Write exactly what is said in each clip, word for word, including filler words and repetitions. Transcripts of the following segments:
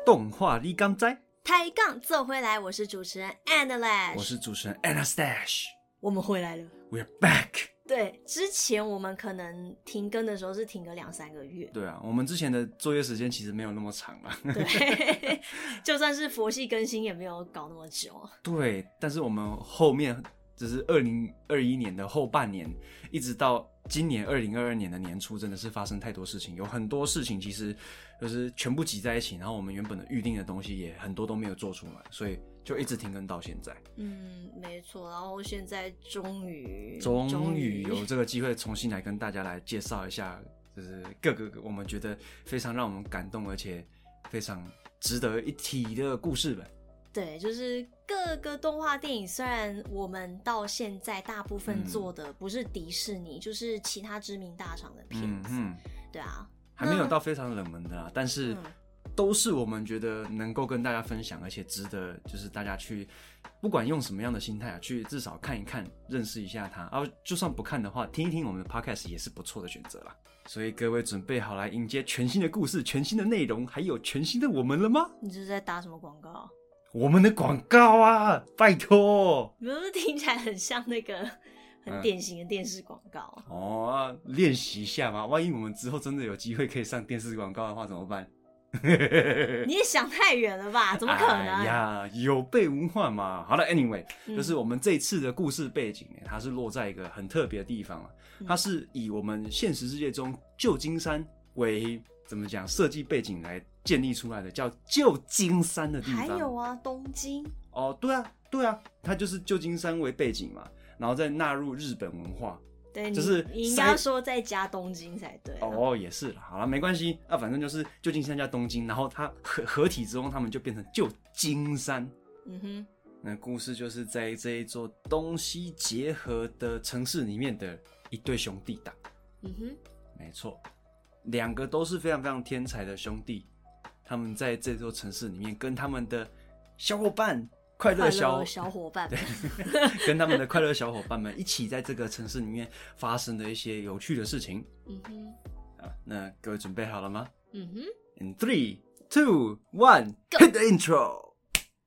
动画你敢知？ 抬杠走回来，我是主持人 Andalash， 我是主持人 Anastash， 我们回来了 ，We're back。 对，之前我们可能停更的时候是停个两三个月。 对啊，我们之前的作业时间其实没有那么长啦。 对，就算是佛系更新也没有搞那么久。 对，但是我们后面就是二零二一年的后半年，一直到今年二零二二年的年初，真的是发生太多事情，有很多事情其实就是全部挤在一起，然后我们原本的预定的东西也很多都没有做出来，所以就一直停更到现在。 嗯，没错。然后现在终于终于有这个机会重新来跟大家来介绍一下，就是各个我们觉得非常让我们感动而且非常值得一提的故事吧。 对，就是各个动画电影，虽然我们到现在大部分做的不是迪士尼，嗯、就是其他知名大厂的片子，嗯嗯对啊， 还没有到非常冷门的啦，但是都是我们觉得能够跟大家分享，而且值得就是大家去，不管用什么样的心态啊，去至少看一看，认识一下它，啊，就算不看的话，听一听我们的 podcast 也是不错的选择啦。所以各位准备好来迎接全新的故事、全新的内容，还有全新的我们了吗？ 你这是在打什么广告？ 我们的广告啊，拜托！ 你们是不是听起来很像那个很典型的电视广告？ 嗯、哦，练、啊、习一下嘛，万一我们之后真的有机会可以上电视广告的话，怎么办？ 你也想太远了吧？怎么可能？ 哎呀，有备无患嘛。好了 ，anyway，、嗯、就是我们这一次的故事背景，它是落在一个很特别的地方啊。它是以我们现实世界中旧金山为怎么讲设计背景来建立出来的，叫旧金山的地方。 还有啊，东京。 哦，对啊，对啊，它就是旧金山为背景嘛，然后再纳入日本文化。 对， 就是你应该说再加东京才对。 哦，也是，好了，没关系，啊，反正就是旧金山加东京，然后它合合体之后，他们就变成旧金山。嗯哼，那故事就是在这一座东西结合的城市里面的一对兄弟档。嗯哼，没错，两个都是非常非常天才的兄弟，他们在这座城市里面跟他们的小伙伴。快乐小小伙伴们， 跟他们的快乐小伙伴们一起在这个城市里面发生的一些有趣的事情。嗯哼，啊，那各位准备好了吗？嗯哼 ，In three, two, one, hit the intro.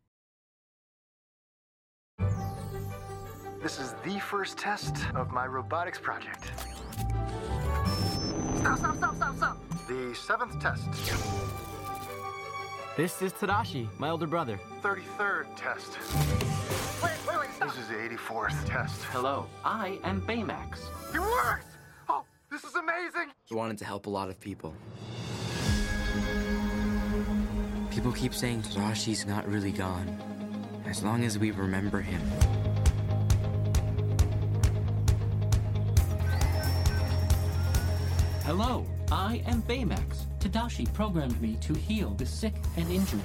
This is the first test of my robotics project. Stop! Stop! Stop! Stop! Stop! The seventh test. This is Tadashi, my older brother. thirty-third test. Wait, wait, wait, stop. This is the eighty-fourth test. Hello, I am Baymax. It worked! Oh, this is amazing! He wanted to help a lot of people. People keep saying Tadashi's not really gone, as long as we remember him. Hello, I am Baymax. Tadashi programmed me to heal the sick and injured.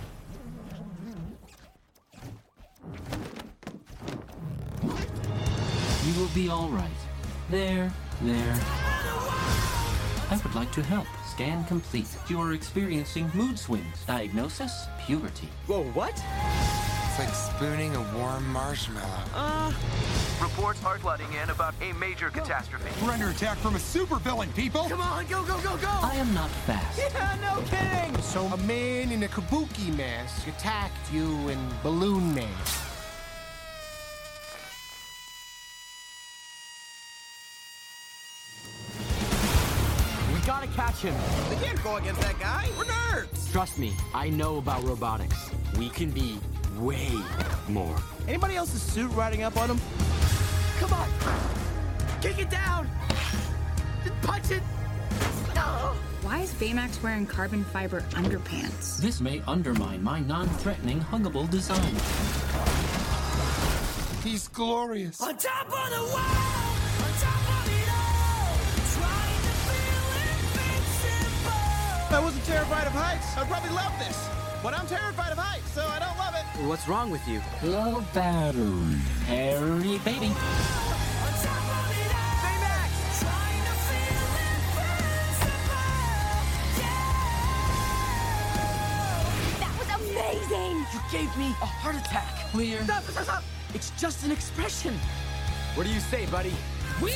You will be all right. There, there. I would like to help. Scan complete. You are experiencing mood swings. Diagnosis, puberty. Whoa, what? It's like spooning a warm marshmallow. Uh... Reports are flooding in about a major catastrophe. We're under attack from a supervillain, people! Come on, go, go, go, go! I am not fast. Yeah, no kidding! So a man in a kabuki mask attacked you in Balloon Man. We gotta catch him. We can't go against that guy. We're nerds. Trust me, I know about robotics. We can be way more. Anybody else's suit riding up on him? Come on! Kick it down! Punch it! No! Why is Baymax wearing carbon fiber underpants? This may undermine my non-threatening, huggable design. He's glorious. On top of the world! On top of it all! Trying to feel invincible! If I wasn't terrified of heights, I'd probably love this. But I'm terrified of heights, so I don't love it. What's wrong with you? Low battery. Harry, baby. On top of it all! Baymax! Trying to feel invincible! Yeah! That was amazing! You gave me a heart attack. Clear. Stop, stop, stop! It's just an expression. What do you say, buddy? Whee!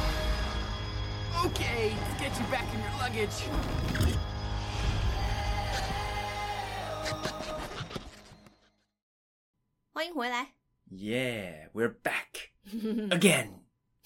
Okay, let's get you back in your luggage. 回来。 Yeah, we're back again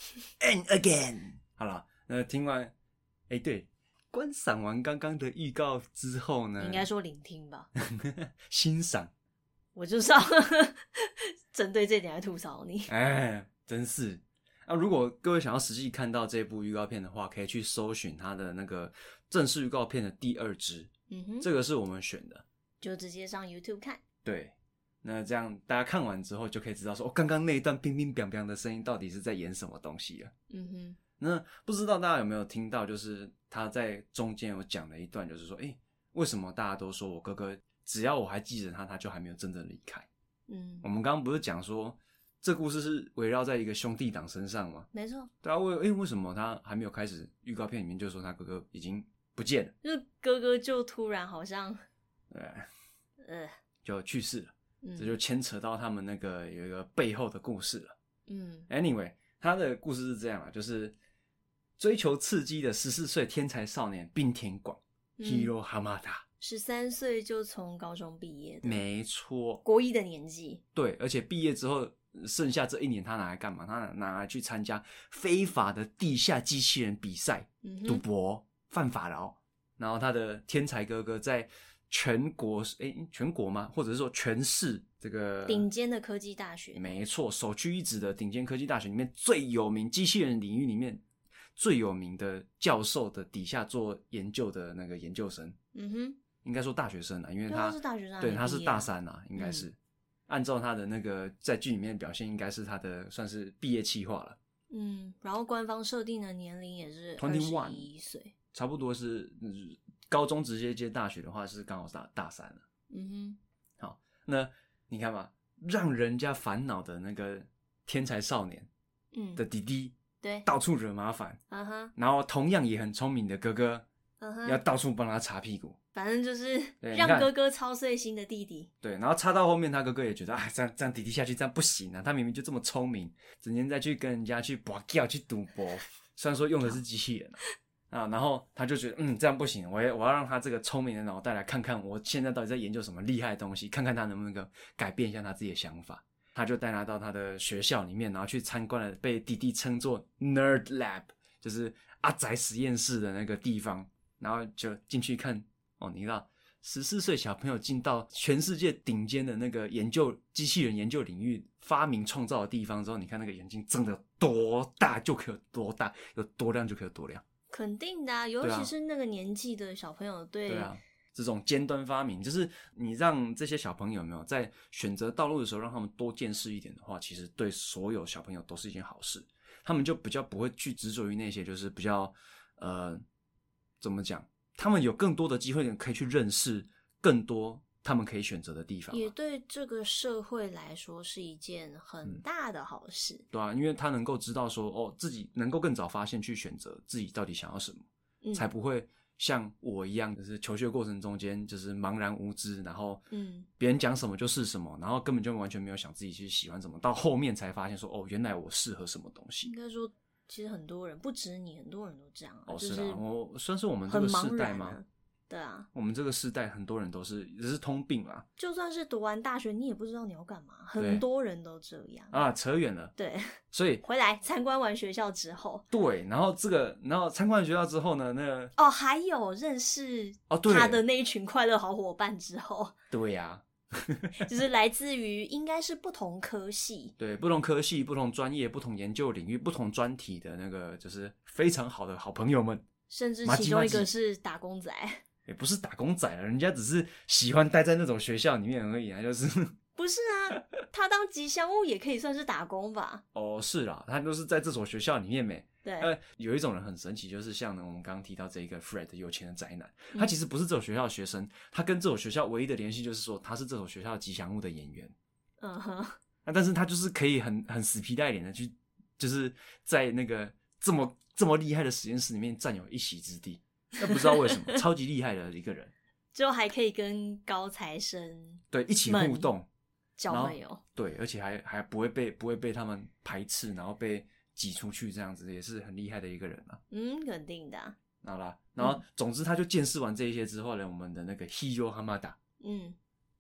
and again. 好了，那听完，哎，对，观赏完刚刚的预告之后呢， 应该说聆听吧， 欣赏。 我就是要针对这点来吐槽你。 哎，真是。啊，如果各位想要实际看到这部预告片的话，可以去搜寻它的那个正式预告片的第二支，嗯哼，这个是我们选的， 就直接上 YouTube 看。 对，那这样大家看完之后就可以知道说，哦，刚刚那一段乒乒乓乓的声音到底是在演什么东西了。嗯哼，那不知道大家有没有听到，就是他在中间有讲了一段，就是说，哎，为什么大家都说我哥哥只要我还记着他，他就还没有真正离开？嗯，我们刚刚不是讲说，这故事是围绕在一个兄弟党身上吗？ 没错。 对啊，为诶为什么他还没有开始？预告片里面就说他哥哥已经不见了， 就是哥哥就突然好像， 对， 呃， 就去世了。嗯，这就牵扯到他们那个有一个背后的故事了。嗯 ，anyway， 他的故事是这样啊，就是追求刺激的十四岁天才少年滨田广 Hiro Hamada， 十三岁就从高中毕业的， 没错， 国一的年纪。对， 而且毕业之后。剩下这一年他拿来干嘛？他拿来去参加非法的地下机器人比赛、嗯、赌博、犯法了。然后他的天才哥哥在全国，诶，全国吗？或者是说全市这个顶尖的科技大学， 没错，首屈一指的顶尖科技大学里面最有名，机器人领域里面最有名的教授的底下做研究的那个研究生。嗯哼，应该说大学生啊，因为他是大学生， 对，他是大三啊，应该是。嗯，按照他的那个在剧里面的表现，应该是他的算是毕业企划了。嗯， 然后官方设定的年龄也是二十一岁， 差不多是高中直接接大学的话是刚好大大三了。嗯哼，好，那你看嘛，让人家烦恼的那个天才少年，嗯的弟弟， 对， 到处惹麻烦，嗯哼，然后同样也很聪明的哥哥，嗯哼，要到处帮他擦屁股。 反正就是让哥哥操碎心的弟弟。 对，然后插到后面，他哥哥也觉得，啊，这样这样弟弟下去这样不行啊！他明明就这么聪明，整天再去跟人家去拔掉去赌博，虽然说用的是机器人啊，啊然后他就觉得，嗯，这样不行，我要我要让他这个聪明的脑袋来看看我现在到底在研究什么厉害的东西，看看他能不能够改变一下他自己的想法。他就带他到他的学校里面，然后去参观了被弟弟称作 Nerd Lab， 就是阿宅实验室的那个地方，然后就进去看。哦，你知道十四岁小朋友进到全世界顶尖的那个研究机器人研究领域发明创造的地方之后，你看那个眼睛睁得多大就可以有多大，有多亮就可以有多亮。 肯定的啊，尤其是那个年纪的小朋友，对， 对啊，这种尖端发明，就是你让这些小朋友有没有在选择道路的时候让他们多见识一点的话，其实对所有小朋友都是一件好事。他们就比较不会去执着于那些就是比较呃怎么讲，他们有更多的机会可以去认识更多他们可以选择的地方， 也对这个社会来说是一件很大的好事。嗯， 对啊，因为他能够知道说，哦，自己能够更早发现去选择自己到底想要什么，嗯，才不会像我一样，就是求学过程中间就是茫然无知，然后嗯，别人讲什么就是什么，然后根本就完全没有想自己去喜欢什么，到后面才发现说，哦，原来我适合什么东西。 应该说其实很多人不止你，很多人都这样啊。 哦，是啊，我算是我们这个世代吗？ 对啊， 我们这个世代很多人都是只是通病啦。 就算是读完大学，你也不知道你要干嘛，很多人都这样啊。扯远了， 对， 所以回来参观完学校之后， 对，然后这个，然后参观完学校之后呢，那个哦，还有认识哦他的那一群快乐好伙伴之后， 对呀、啊， 就是来自于应该是不同科系， 对，不同科系、不同专业、不同研究领域、不同专题的那个，就是非常好的好朋友们， 甚至其中一个是打工仔。 也不是打工仔了，人家只是喜欢待在那种学校里面而已啊，就是不是啊，他当吉祥物也可以算是打工吧？ 哦，是啦，他就是在这所学校里面没。 对， 呃，有一种人很神奇，就是像我们刚刚提到这一个 Fred 有钱的宅男，他其实不是这所学校的学生，他跟这所学校唯一的联系就是说他是这所学校的吉祥物的演员。嗯哼，啊，但是他就是可以很很死皮赖脸的去，就是在那个这么这么厉害的实验室里面占有一席之地。那不知道为什么，超级厉害的一个人， 就还可以跟高材生对一起互动交朋友， 对，而且还还不会被不会被他们排斥，然后被挤出去，这样子也是很厉害的一个人啊。 嗯，肯定的。 好啦，然后、嗯、总之他就见识完这一些之后呢，我们的那个 Hiro Hamada， 嗯，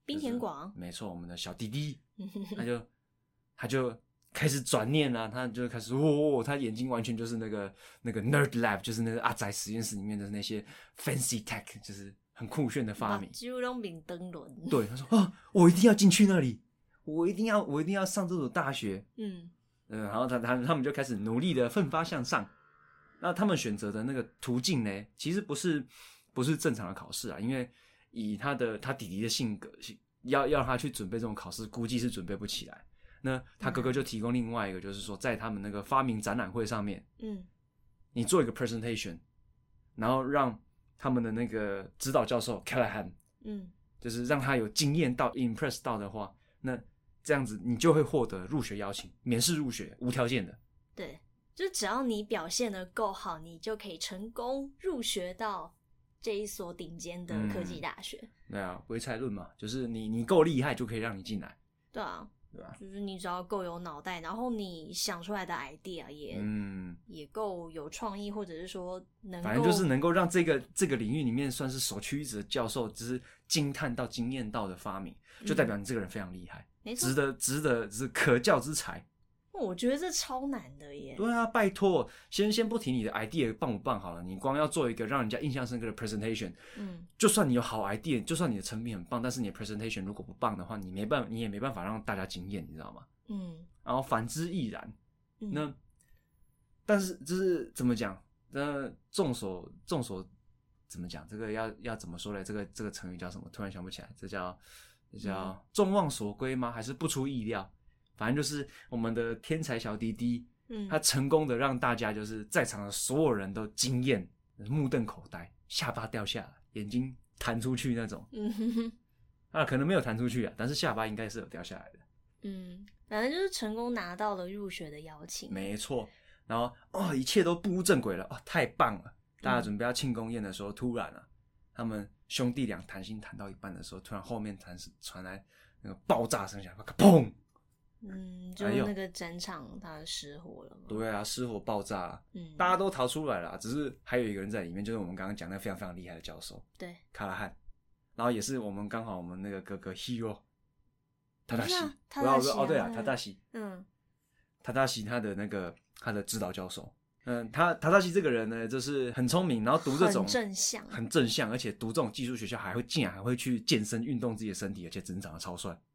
冰田广， 没错，我们的小弟弟，他就他就开始转念啊，他就开始哦，他眼睛完全就是那个那个 nerd lab， 就是那个阿宅实验室里面的那些 fancy tech， 就是很酷炫的发明。 几乎都明灯轮。 对，他说啊，我一定要进去那里，我一定要我一定要上这所大学。嗯嗯，然后他他他们就开始努力的奋发向上。那他们选择的那个途径呢，其实不是不是正常的考试啊，因为以他的他弟弟的性格，要要让他去准备这种考试，估计是准备不起来。那他哥哥就提供另外一个，就是说在他们那个发明展览会上面，嗯，你做一个 presentation， 然后让他们的那个指导教授 Callahan， 嗯，就是让他有惊艳到 impress 到的话，那这样子你就会获得入学邀请，免试入学，无条件的。 对，就只要你表现得够好，你就可以成功入学到这一所顶尖的科技大学。 嗯、对啊，唯才论嘛，就是你你够厉害就可以让你进来。 对啊。就是你只要够有脑袋，然后你想出来的 idea 也、嗯、也够有创意，或者是说能够， 反正就是能够让这个这个领域里面算是首屈一指的教授，就是惊叹到惊艳到的发明，就代表你这个人非常厉害，嗯、值得值得是可教之才。 我觉得这超难的耶。 对啊，拜托，先先不提你的 idea 棒不棒好了，你光要做一个让人家印象深刻的 presentation， 嗯，就算你有好 idea， 就算你的成品很棒，但是你的 presentation 如果不棒的话，你没办法，你也没办法让大家惊艳，你知道吗？嗯，然后反之亦然。嗯、那但是就是怎么讲？那众所众所怎么讲？这个要要怎么说呢？这个这个成语叫什么？突然想不起来，这叫这叫众望所归吗？还是不出意料？反正就是我们的天才小弟弟，嗯，他成功的让大家就是在场的所有人都惊艳，目瞪口呆，下巴掉下来，眼睛弹出去那种。嗯哼哼，啊，可能没有弹出去啊，但是下巴应该是有掉下来的。 嗯，反正就是成功拿到了入学的邀请。 没错，然后哦，一切都步入正轨了，哦，太棒了！大家准备要庆功宴的时候，突然啊，他们兄弟俩谈心谈到一半的时候，突然后面传传来那个爆炸声响，砰！ 嗯，就那个展场它失火了嘛？ 对啊，失火爆炸了，嗯，大家都逃出来了，只是还有一个人在里面，就是我们刚刚讲那非常非常厉害的教授， 对， 卡拉汉，然后也是我们刚好我们那个哥哥 Hiro， 塔达西， 塔达西， 哦对啊，塔达西，嗯，塔达西他的那个他的指导教授，嗯，他塔达西这个人呢，就是很聪明，然后读这种很正向， 很正向，而且读这种技术学校还会竟然还会去健身运动自己的身体，而且真长得超帅。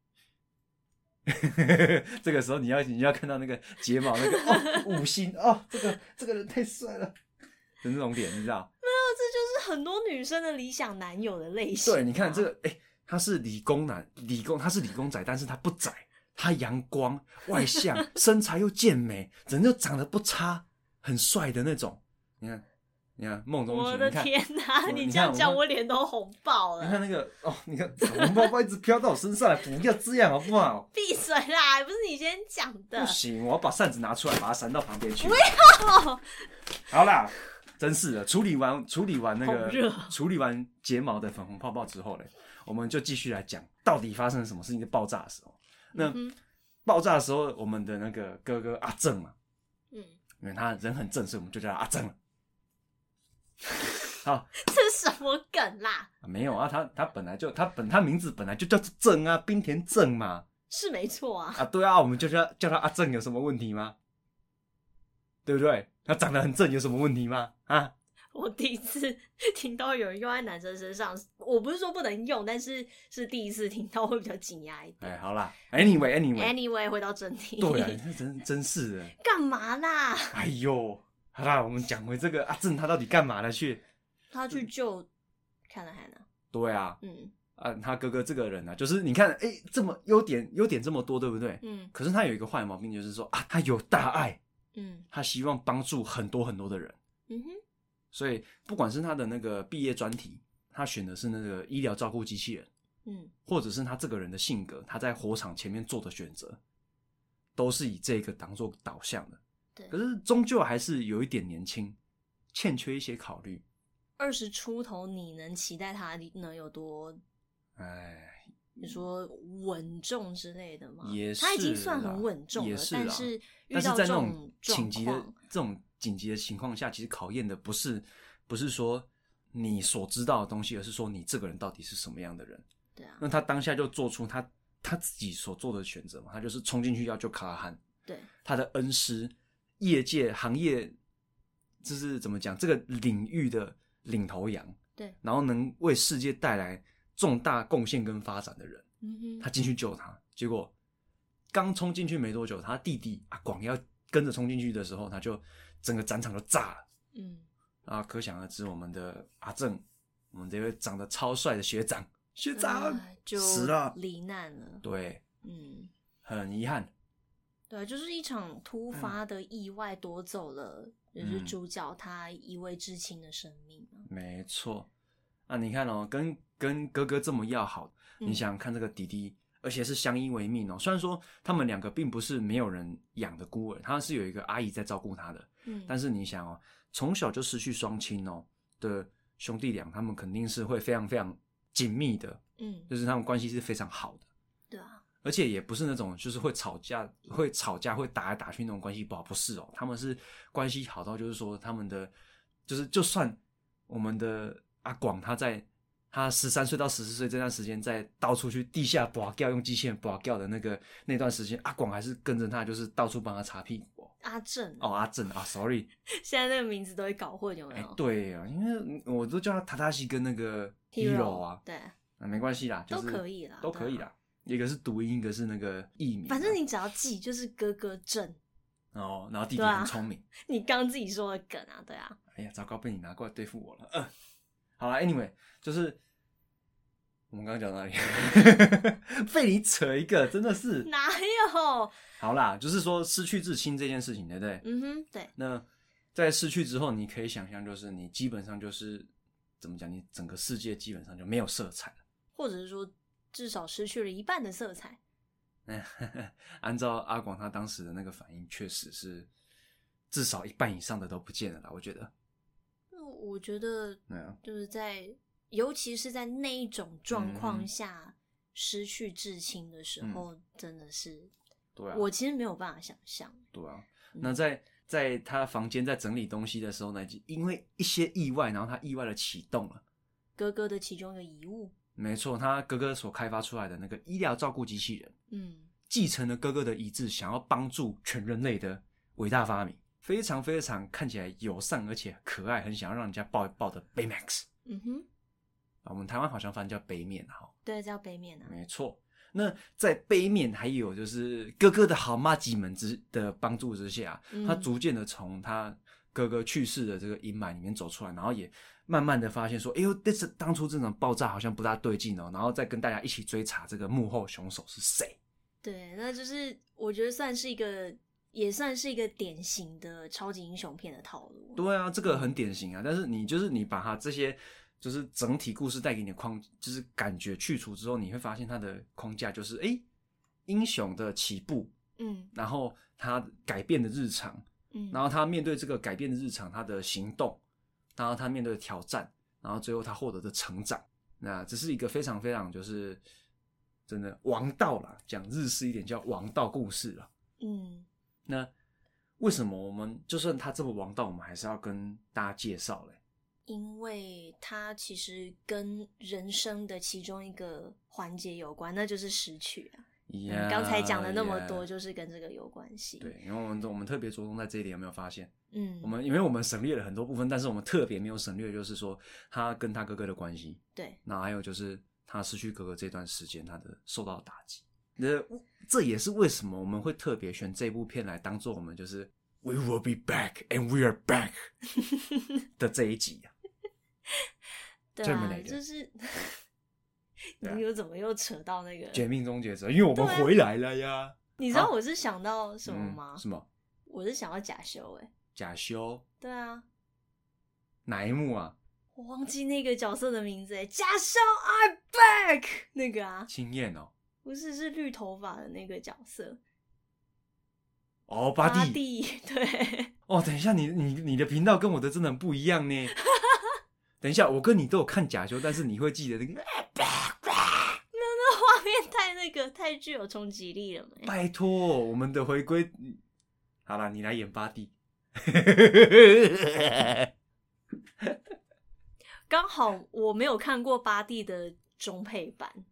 这个时候你要你要看到那个睫毛那个哦五星哦，这个这个人太帅了的那种脸，你知道？ 没有，这就是很多女生的理想男友的类型。 对，你看这个，哎，他是理工男，理工他是理工仔，但是他不窄，他阳光外向，身材又健美，人就长得不差，很帅的那种。你看。你看孟中我的天哪！你这样讲，我脸都红爆了。 你看那个哦，你看红包包一直飘到我身上来，不要这样好不好？ 闭嘴啦！还不是你先讲的。 不行，我要把扇子拿出来，把它扇到旁边去。 不要。 好啦，真是的，处理完处理完那个处理完睫毛的粉红泡泡之后嘞，我们就继续来讲到底发生了什么事情。在爆炸的时候，那、嗯、爆炸的时候，我们的那个哥哥阿正嘛，嗯，因为他人很正，所以我们就叫他阿正了。好， 这是什么梗啦？ 啊、没有啊，他他本来就他本他名字本来就叫正啊，滨田正嘛， 是没错啊。 啊，对啊，我们就叫叫他阿正有什么问题吗？对不对？他长得很正有什么问题吗？啊， 我第一次听到有人用在男生身上，我不是说不能用，但是是第一次听到，会比较惊讶一点。 哎，好啦 ，anyway anyway anyway， 回到正题。 对啊，真真是的。 干嘛啦？ 哎呦。好啦，我们讲回这个阿正，他到底干嘛了去？ 他去救看了汉娜。 对啊，嗯啊，他哥哥这个人啊，就是你看，哎、欸，这么优点优点这么多，对不对？嗯。可是他有一个坏毛病，就是说啊，他有大爱，嗯，他希望帮助很多很多的人，嗯哼。所以不管是他的那个毕业专题，他选的是那个医疗照顾机器人，嗯，或者是他这个人的性格，他在火场前面做的选择，都是以这个当做导向的。可是终究还是有一点年轻，欠缺一些考虑。 二十出头，你能期待他能有多？哎，你说稳重之类的吗？ 也是， 他已经算很稳重了， 也是但是遇到这种紧急的这种紧急的情况下，其实考验的不是不是说你所知道的东西，而是说你这个人到底是什么样的人。 对啊。 那他当下就做出他他自己所做的选择嘛，他就是冲进去要救卡拉汉。 对， 他的恩师，业界行业就是怎么讲，这个领域的领头羊。 对， 然后能为世界带来重大贡献跟发展的人， 嗯哼， 他进去救他，结果刚冲进去没多久，他弟弟阿广要跟着冲进去的时候，他就整个战场就炸了。 嗯， 啊，可想而知，我们的阿正，我们这位长得超帅的学长，学长、 呃、就死了， 罹难了。 对， 嗯， 很遗憾。 对，就是一场突发的意外夺走了，嗯、就是主角他一位至亲的生命嘛。 没错。啊，你看哦，跟跟哥哥这么要好， 嗯、 你想想看这个弟弟，而且是相依为命哦。虽然说他们两个并不是没有人养的孤儿，他是有一个阿姨在照顾他的。 嗯， 但是你想哦，从小就失去双亲哦的兄弟俩，他们肯定是会非常非常紧密的。 嗯， 就是他们关系是非常好的。 对啊， 而且也不是那种就是会吵架、会吵架、会打来打去那种关系不好，不是哦，他们是关系好到就是说他们的就是就算我们的阿广他在他十三岁到十四岁这段时间在到处去地下拔掉用机器人拔掉的那个那段时间，阿广还是跟着他，就是到处帮他擦屁股、哦。 阿正哦，阿正啊 ，sorry， 现在那个名字都会搞混，有没有？ 哎，对啊，因为我都叫他塔塔西跟那个 Hero 啊， 对， 啊，没关系啦，就是、 都可以啦， 都可以啦。一个是读音，一个是那个艺名， 反正你只要记，就是哥哥正哦，然后弟弟很聪明。 啊、你刚自己说的梗啊，对啊。 哎呀，糟糕，被你拿过来对付我了。嗯、呃，好啦 anyway， 就是我们刚刚讲哪里？被你扯一个，真的是哪有？ 好啦，就是说失去至亲这件事情，对不对？ 嗯哼，对。 那在失去之后，你可以想象，就是你基本上就是怎么讲，你整个世界基本上就没有色彩了， 或者是说。至少失去了一半的色彩。 按照阿广他当时的那个反应，确实是至少一半以上的都不见了啦。我觉得， 我觉得，就是在，尤其是在那一种状况下、嗯、失去至亲的时候，嗯、真的是， 对啊， 我其实没有办法想象。 对啊，嗯、那在在他房间在整理东西的时候呢，因为一些意外，然后他意外的启动了哥哥的其中一个遗物。 没错，他哥哥所开发出来的那个医疗照顾机器人， 嗯， 继承了哥哥的遗志，想要帮助全人类的伟大发明，非常非常看起来友善而且可爱，很想要让人家抱一抱的 Baymax。 嗯哼， 啊，我们台湾好像翻叫杯面哈， 对，叫杯面啊， 没错。那在杯面还有就是哥哥的好麻吉们之的帮助之下，嗯、他逐渐的从他哥哥去世的这个阴霾里面走出来，然后也慢慢的发现说，哎呦，这次当初这种爆炸好像不大对劲哦，然后再跟大家一起追查这个幕后凶手是谁。 对，那就是我觉得算是一个，也算是一个典型的超级英雄片的套路。 对啊，这个很典型啊，但是你就是你把它这些就是整体故事带给你的框，就是感觉去除之后，你会发现它的框架就是，哎，英雄的起步， 嗯， 然后他改变的日常。 嗯， 然后他面对这个改变的日常，他的行动，然后他面对的挑战，然后最后他获得的成长，那这是一个非常非常就是真的王道啦，讲日式一点叫王道故事啦。 嗯， 那为什么我们就算他这么王道，我们还是要跟大家介绍嘞？ 因为它其实跟人生的其中一个环节有关，那就是失去啊。 Yeah, 刚才讲的那么多， yeah. 就是跟这个有关系。 对，因为我们我们特别着重在这一点，有没有发现？ 嗯， 我们因为我们省略了很多部分，但是我们特别没有省略，就是说他跟他哥哥的关系。 对， 那还有就是他失去哥哥这段时间，他的受到的打击。这这也是为什么我们会特别选这部片来当做我们就是 We will be back and we are back 的这一集啊。 对啊，就是你又怎么又扯到那个绝命终结者？因为我们回来了呀。啊、 你知道我是想到什么吗？ 嗯、什么？ 我是想到假修哎、欸。 假修？ 对啊。 哪一幕啊？ 我忘记那个角色的名字哎、欸，假修 I'm back 那个啊。 青燕哦。 不是，是绿头发的那个角色。 哦，巴蒂。 巴蒂，对。 哦，等一下，你你你的频道跟我的真的很不一样呢。等一下，我跟你都有看假修，但是你会记得那个，没有那画面太那个太具有冲击力了没？ 拜托，我们的回归，好啦，你来演巴蒂。 刚好我没有看过巴蒂的中配版，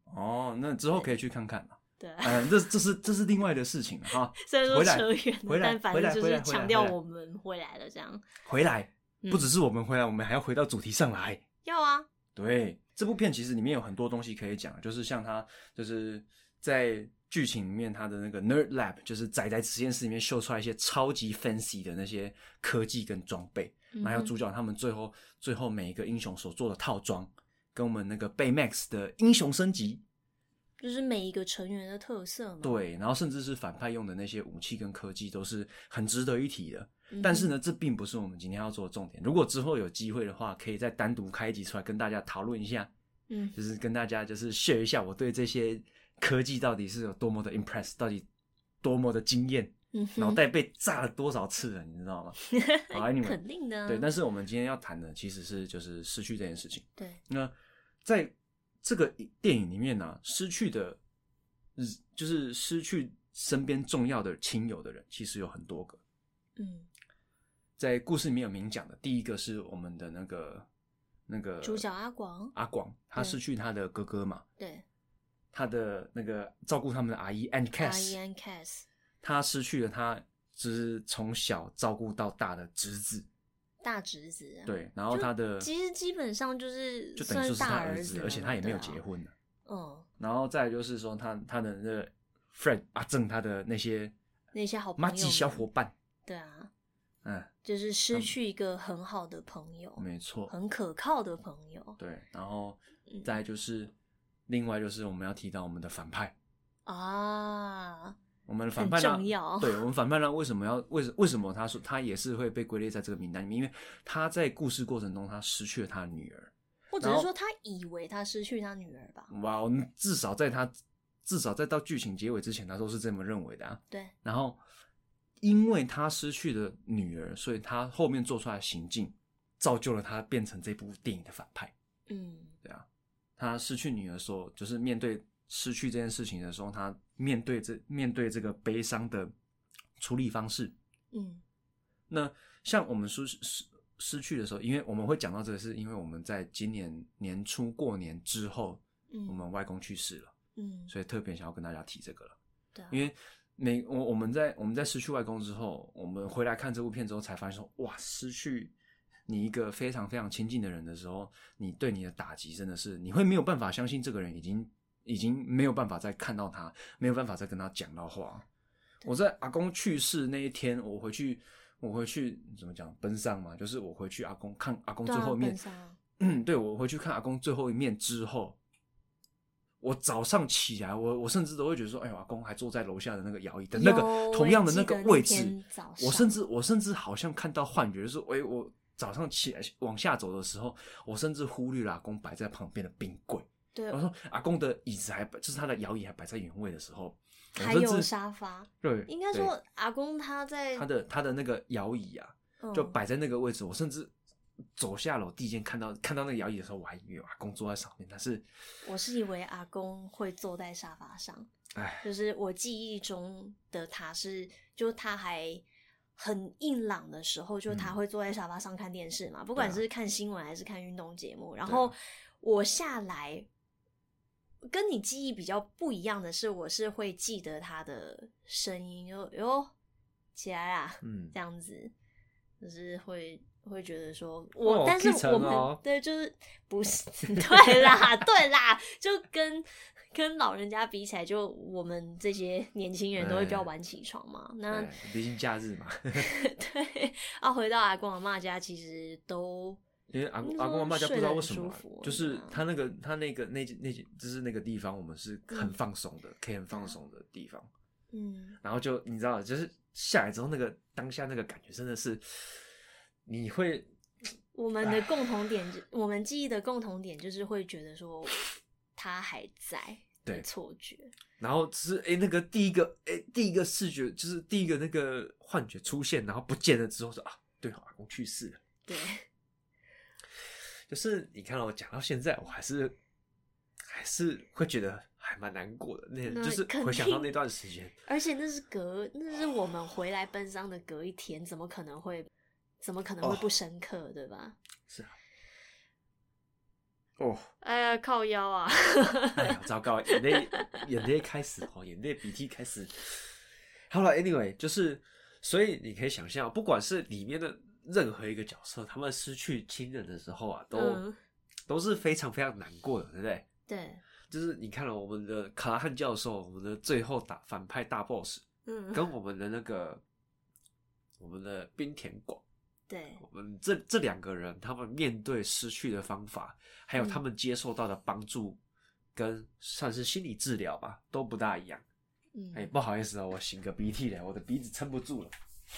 哦，那之后可以去看看嘛。 对， 嗯，这这是这是另外的事情哈。 虽然说扯远了， 回来但反正就是强调我们回来了这样。 回来，不只是我们回来，我们还要回到主题上来。 要啊。 对，这部片其实里面有很多东西可以讲，就是像它就是在剧情里面，它的那个 Nerd Lab 就是宅宅实验室里面秀出来一些超级 fancy 的那些科技跟装备，然后还有主角他们最后最后每一个英雄所做的套装，跟我们那个 Baymax 的英雄升级。 就是每一个成员的特色嘛。 对，然后甚至是反派用的那些武器跟科技都是很值得一提的。嗯、但是呢，这并不是我们今天要做的重点。如果之后有机会的话，可以再单独开一集出来跟大家讨论一下。嗯，就是跟大家就是 share 一下我对这些科技到底是有多么的 impress， 到底多么的惊艳，嗯、脑袋被炸了多少次了，你知道吗？好，你们肯定的。 对，但是我们今天要谈的其实是就是失去这件事情。 对， 那在这个电影里面呢、啊，失去的，就是失去身边重要的亲友的人，其实有很多个。嗯，在故事里面有明讲的，第一个是我们的那个那个主角阿广， 阿广他失去他的哥哥嘛， 对， 他的那个照顾他们的阿姨 Aunt Cass， 阿姨 Aunt Cass， 他失去了他就是从小照顾到大的侄子。 大侄子、啊， 对，然后他的其实基本上就是就等于说是他儿子， 而且他也没有结婚了。 嗯， 然后再来就是说他他的那个 Fred 阿正他的那些那些好朋友、 小伙伴， 对啊， 嗯， 就是失去一个很好的朋友， 没错， 很可靠的朋友。 对，然后再来就是、嗯、另外就是我们要提到我们的反派啊。 我们的反派重要， 对，我们反派呢，为什么要为什为什么他说他也是会被归类在这个名单里面？因为他在故事过程中，他失去了他的女儿， 或者是说他以为他失去他女儿吧？ 哇，至少在他至少在到剧情结尾之前，他都是这么认为的啊。 对。 然后，因为他失去了女儿，所以他后面做出来的行径，造就了他变成这部电影的反派。嗯，对啊，他失去女儿的时候，就是面对失去这件事情的时候，他面对这面对这个悲伤的处理方式，嗯，那像我们失失失去的时候，因为我们会讲到这个，是因为我们在今年年初过年之后，嗯，我们外公去世了，嗯，所以特别想要跟大家提这个了， 对、啊， 因为每我我们在我们在失去外公之后，我们回来看这部片之后，才发现说，哇，失去你一个非常非常亲近的人的时候，你对你的打击真的是，你会没有办法相信这个人已经。已经没有办法再看到他，没有办法再跟他讲到话。我在阿公去世那一天，我回去，我回去怎么讲奔丧嘛，就是我回去阿公看阿公最后一面， 对、啊嗯，对我回去看阿公最后一面之后，我早上起来，我我甚至都会觉得说，哎呦，阿公还坐在楼下的那个摇椅的那个同样的那个位置，我甚至我甚至好像看到幻觉，就是哎，我早上起来往下走的时候，我甚至忽略了阿公摆在旁边的冰柜。 对， 我说阿公的椅子还就是他的摇椅还摆在原位的时候， 还有沙发。 对， 应该说阿公他在他的他的那个摇椅啊，嗯、就摆在那个位置。我甚至走下楼第一间看到看到那个摇椅的时候，我还以为阿公坐在上面，但是我是以为阿公会坐在沙发上。哎，就是我记忆中的他是，就他还很硬朗的时候，就他会坐在沙发上看电视嘛，嗯、不管是看新闻还是看运动节目。然后我下来。跟你记忆比较不一样的是，我是会记得他的声音，哟哟起来啦，嗯，这样子，就是会会觉得说，我， 哦、 但是我们、 哦、 对，就是不是对啦，对啦，就跟跟老人家比起来，就我们这些年轻人都会比较晚起床嘛。那毕竟假日嘛， 对，啊，回到阿公阿嬷家，其实都。 因为阿公阿公阿嬷家不知道为什么，就是他那个他那个那那就是那个地方，我们是很放松的，嗯、可以很放松的地方。嗯，然后就你知道，就是下来之后那个当下那个感觉真的是，你会我们的共同点，我们记忆的共同点就是会觉得说他还在，对错觉。 然后只是哎、欸，那个第一个哎、欸，第一个视觉就是第一个那个幻觉出现，然后不见了之后说啊，对，阿公去世了。 对。 就是你看到我讲到现在，我还是还是会觉得还蛮难过的。那就是回想到那段时间， 而且那是隔那是我们回来奔丧的隔一天，怎么可能会怎么可能会不深刻，哦、对吧？ 是啊。 哦， 哎呀，靠腰啊！ 哎呀，糟糕，眼泪眼泪开始哦，眼泪鼻涕开始。好了 ，anyway， 就是，所以你可以想象，不管是里面的任何一个角色，他们失去亲人的时候啊，都、嗯、都是非常非常难过的，对不对？ 对， 就是你看了我们的卡拉汉教授，我们的最后打反派大 boss， 嗯，跟我们的那个我们的滨田广。 对， 我们这这两个人，他们面对失去的方法，还有他们接受到的帮助，跟算是心理治疗吧，都不大一样。嗯，哎、欸，不好意思啊、喔，我擤个鼻涕了，我的鼻子撑不住了。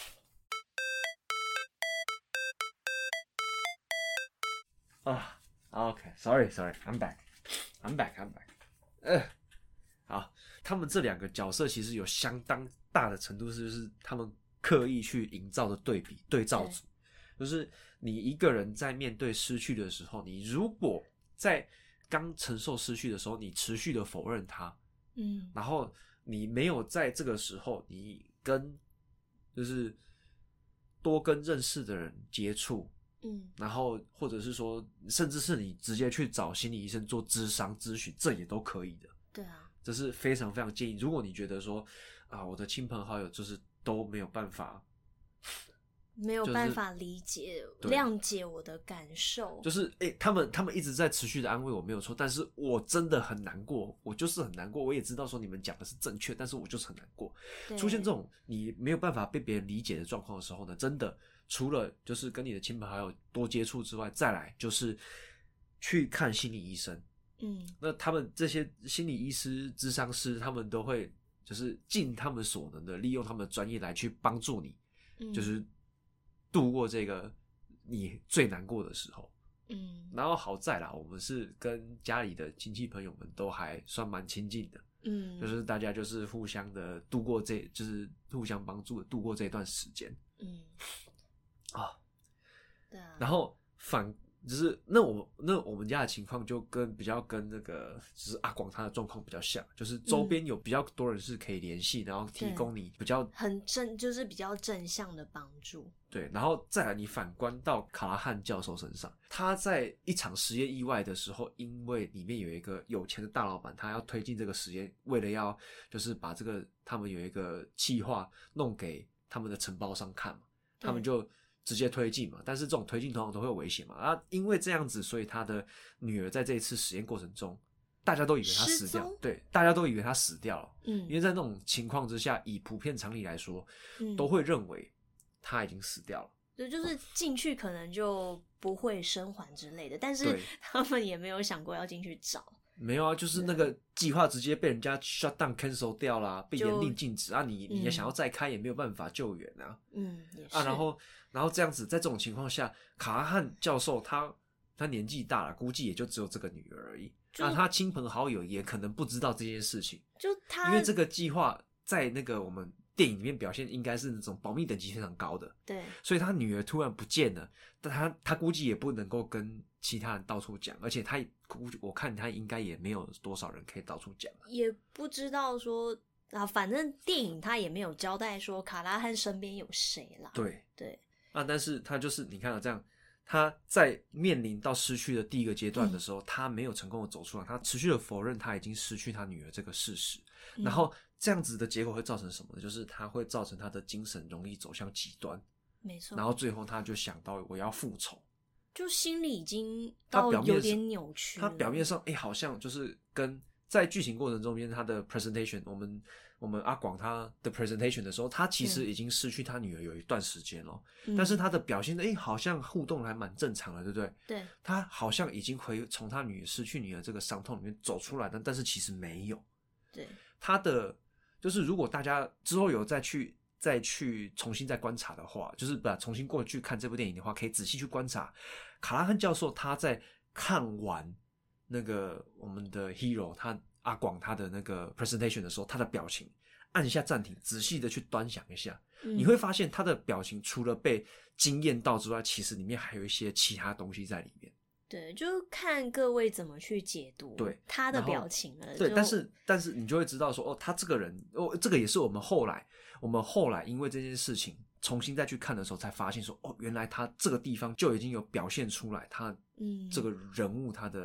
啊 ，OK，Sorry，Sorry，I'm back，I'm back，I'm back。呃，好，他们这两个角色其实有相当大的程度，是就是他们刻意去营造的对比对照组。就是你一个人在面对失去的时候，你如果在刚承受失去的时候，你持续的否认它，嗯，然后你没有在这个时候，你跟就是多跟认识的人接触，嗯，然后或者是说，甚至是你直接去找心理医生做諮商咨询，这也都可以的。 对啊， 这是非常非常建议。如果你觉得说啊，我的亲朋好友就是都没有办法。 没有办法理解、就是、谅解我的感受， 就是哎、欸，他们他们一直在持续的安慰我，没有错，但是我真的很难过，我就是很难过，我也知道说你们讲的是正确，但是我就是很难过。出现这种你没有办法被别人理解的状况的时候呢，真的除了就是跟你的亲朋好友多接触之外，再来就是去看心理医生。嗯，那他们这些心理医师、諮商师，他们都会就是尽他们所能的利用他们的专业来去帮助你，嗯、就是。度过这个你最难过的时候，嗯，然后好在啦，我们是跟家里的亲戚朋友们都还算蛮亲近的，嗯，就是大家就是互相的度过这，就是互相帮助的度过这段时间，嗯，啊，对啊，然后反就是那我们那我们家的情况就跟比较跟那个就是阿广他的状况比较像，就是周边有比较多人是可以联系，嗯、然后提供你比较很正就是比较正向的帮助。 对，然后再来你反观到卡拉汉教授身上，他在一场实验意外的时候，因为里面有一个有钱的大老板，他要推进这个实验，为了要就是把这个他们有一个企划弄给他们的承包商看嘛，他们就直接推进嘛，但是这种推进通常都会有危险嘛，啊，因为这样子，所以他的女儿在这一次实验过程中，大家都以为他死掉，对，大家都以为他死掉了，嗯，因为在那种情况之下，以普遍常理来说，嗯，都会认为他已经死掉了。 对，就是进去可能就不会生还之类的，但是他们也没有想过要进去找。 没有啊，就是那个计划直接被人家 shut down cancel 掉啦，被严令禁止啊！你你也想要再开也没有办法救援啊。 嗯，也是啊，然后然后这样子，在这种情况下，卡拉汉教授他他年纪大了，估计也就只有这个女儿而已。那他亲朋好友也可能不知道这件事情， 就他因为这个计划在那个我们电影里面表现应该是那种保密等级非常高的， 对， 所以他女儿突然不见了，但他他估计也不能够跟其他人到处讲，而且他我看他应该也没有多少人可以到处讲， 也不知道说啊，反正电影他也没有交代说卡拉汉身边有谁啦。 对对啊，但是他就是你看到这样，他在面临到失去的第一个阶段的时候，嗯、他没有成功的走出来，他持续的否认他已经失去他女儿这个事实，嗯、然后这样子的结果会造成什么呢？就是他会造成他的精神容易走向极端， 没错， 然后最后他就想到我要复仇。 就心里已经到有点扭曲了， 他表面上哎、欸，好像就是跟在剧情过程中间他的 presentation， 我们我们阿广他的 presentation 的时候，他其实已经失去他女儿有一段时间了，嗯、但是他的表现哎、欸，好像互动还蛮正常的，对不对？ 对， 他好像已经回从他女儿失去女儿这个伤痛里面走出来了，但是其实没有。 对， 他的就是如果大家之后有再去。再去重新再观察的话，就是把重新过去看这部电影的话，可以仔细去观察卡拉汉教授他在看完那个我们的 hero 他阿广他的那个 presentation 的时候，他的表情，按一下暂停，仔细的去端详一下，嗯、你会发现他的表情除了被惊艳到之外，其实里面还有一些其他东西在里面。 对，就看各位怎么去解读对他的表情了。 对，但是但是你就会知道说，哦，他这个人，哦，这个也是我们后来。我们后来因为这件事情重新再去看的时候，才发现说，哦，原来他这个地方就已经有表现出来，他这个人物他的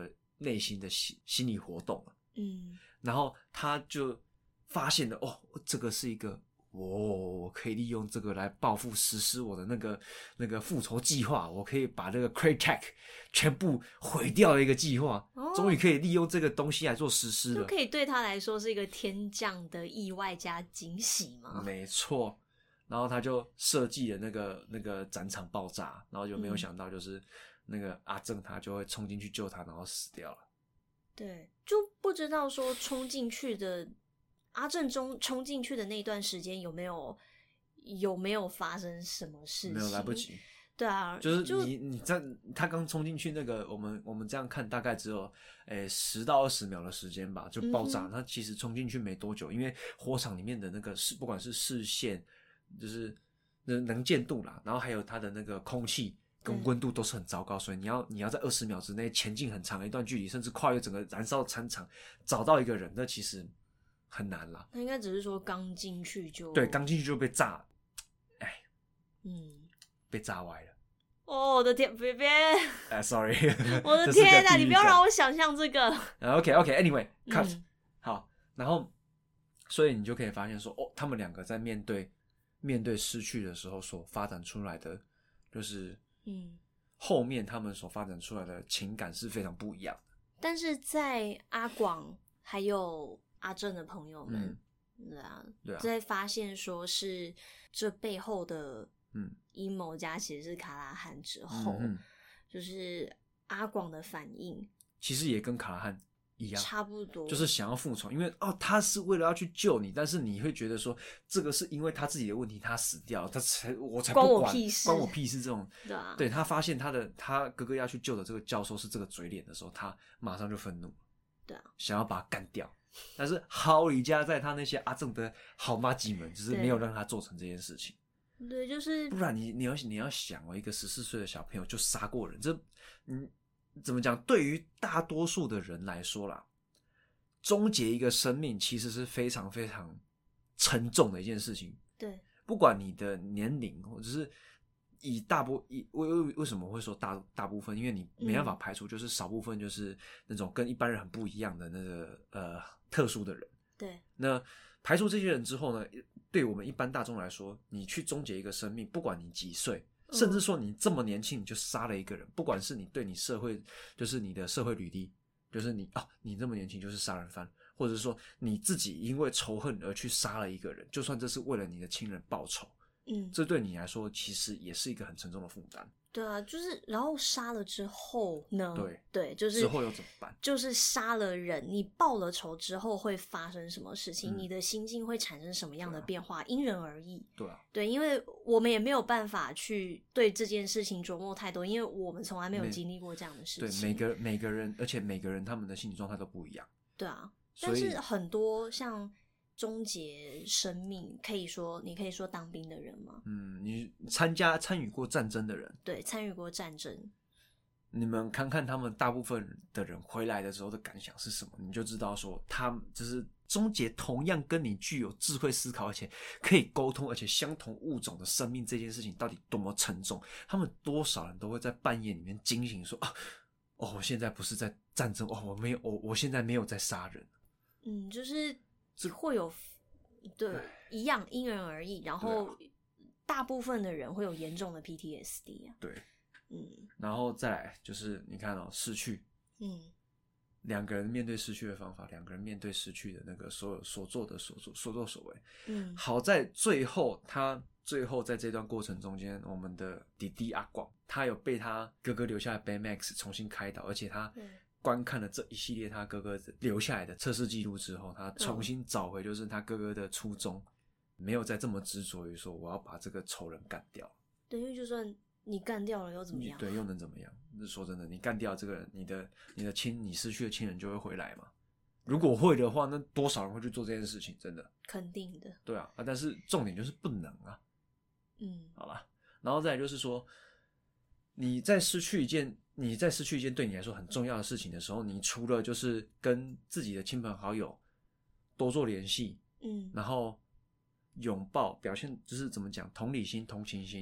内心的心心理活动了。 嗯， 然后他就发现了，哦，这个是一个，哦，我可以利用这个来报复实施我的那个那个复仇计划，我可以把这个 Crytek 全部毁掉的一个计划，终于可以利用这个东西来做实施了。 就可以对他来说是一个天降的意外加惊喜吗？ 没错。然后他就设计了那个那个展场爆炸，然后就没有想到就是那个阿正他就会冲进去救他，然后死掉了。 对，就不知道说冲进去的阿正中冲进去的那段时间有没有有没有发生什么事情？ 没有，来不及。 对啊， 就是你你在他刚冲进去那个，我们我们这样看大概只有诶十到二十秒的时间吧，就爆炸。他、嗯、其实冲进去没多久，因为火场里面的那个视不管是视线，就是能见度啦，然后还有它的那个空气跟温度都是很糟糕，所以你要你要在二十秒之内前进很长的一段距离，甚至跨越整个燃烧战场找到一个人，那其实很难啦。 那应该只是说刚进去就对，刚进去就被炸，哎， 嗯。 被炸歪了。 哦，我的天，别别， 哎、uh, ，sorry， 我的天啊，你不要让我想象这个。 OK OK，Anyway，cut，、 嗯、 好，然后，所以你就可以发现说，哦，他们两个在面对面对失去的时候所发展出来的，就是嗯，后面他们所发展出来的情感是非常不一样的。 但是在阿广还有阿正的朋友们，嗯、对啊， 对啊， 在发现说是这背后的。 嗯， 阴谋家其实是卡拉汉之后，嗯、就是阿广的反应， 其实也跟卡拉汉一样， 差不多， 就是想要复仇，因为哦，他是为了要去救你，但是你会觉得说，这个是因为他自己的问题，他死掉，他才我才不管， 关我屁事， 关我屁事这种， 对啊， 对他发现他的他哥哥要去救的这个教授是这个嘴脸的时候，他马上就愤怒， 对啊， 想要把他干掉，但是好李家在他那些阿正的好妈鸡们，就是没有让他做成这件事情。 对，就是不然你你要你要想哦，一个十四岁的小朋友就杀过人，这嗯怎么讲？对于大多数的人来说啦，终结一个生命其实是非常非常沉重的一件事情。 对， 不管你的年龄或者是以大部以为为什么会说大大部分？因为你没办法排除，就是少部分就是那种跟一般人很不一样的那个呃特殊的人。 对， 那排除这些人之后呢？对我们一般大众来说，你去终结一个生命，不管你几岁，甚至说你这么年轻你就杀了一个人，不管是你对你社会，就是你的社会履历，就是你啊，你这么年轻就是杀人犯，或者说你自己因为仇恨而去杀了一个人，就算这是为了你的亲人报仇， 嗯， 这对你来说其实也是一个很沉重的负担。 对啊，就是然后杀了之后呢？ 对对，就是之后又怎么办？ 就是杀了人，你报了仇之后会发生什么事情？ 嗯、 你的心境会产生什么样的变化？啊、因人而异。 对啊， 对，因为我们也没有办法去对这件事情琢磨太多，因为我们从来没有经历过这样的事情。 对，每个每个人，而且每个人他们的心理状态都不一样。 对啊，但是很多像。终结生命，可以说你可以说当兵的人吗？ 嗯，你参加参与过战争的人， 对，参与过战争， 你们看看他们大部分的人回来的时候的感想是什么，你就知道说他们就是终结同样跟你具有智慧思考，而且可以沟通，而且相同物种的生命这件事情到底多么沉重。他们多少人都会在半夜里面惊醒说啊，哦，我现在不是在战争，哦，我没有，我我现在没有在杀人。 嗯，就是。会有对一样因人而异，然后大部分的人会有严重的 P T S D 啊。 对， 嗯， 然后再来就是你看哦，失去， 嗯， 两个人面对失去的方法，两个人面对失去的那个所有所做的所作所作所为， 嗯， 好在最后他最后在这段过程中间，我们的弟弟阿广，他有被他哥哥留下的 Baymax 重新开导，而且他。嗯观看了这一系列他哥哥留下来的测试记录之后，他重新找回就是他哥哥的初衷，嗯、没有再这么执着于说我要把这个仇人干掉。 对，因为就算你干掉了又怎么样？ 对，又能怎么样？说真的，你干掉这个人，你的你的亲，你失去的亲人就会回来嘛？如果会的话，那多少人会去做这件事情？真的， 肯定的。 对啊，啊，但是重点就是不能啊。 嗯， 好吧。然后再来就是说，你在失去一件。你在失去一件对你来说很重要的事情的时候，你除了就是跟自己的亲朋好友多做联系， 嗯， 然后拥抱，表现就是怎么讲，同理心、同情心，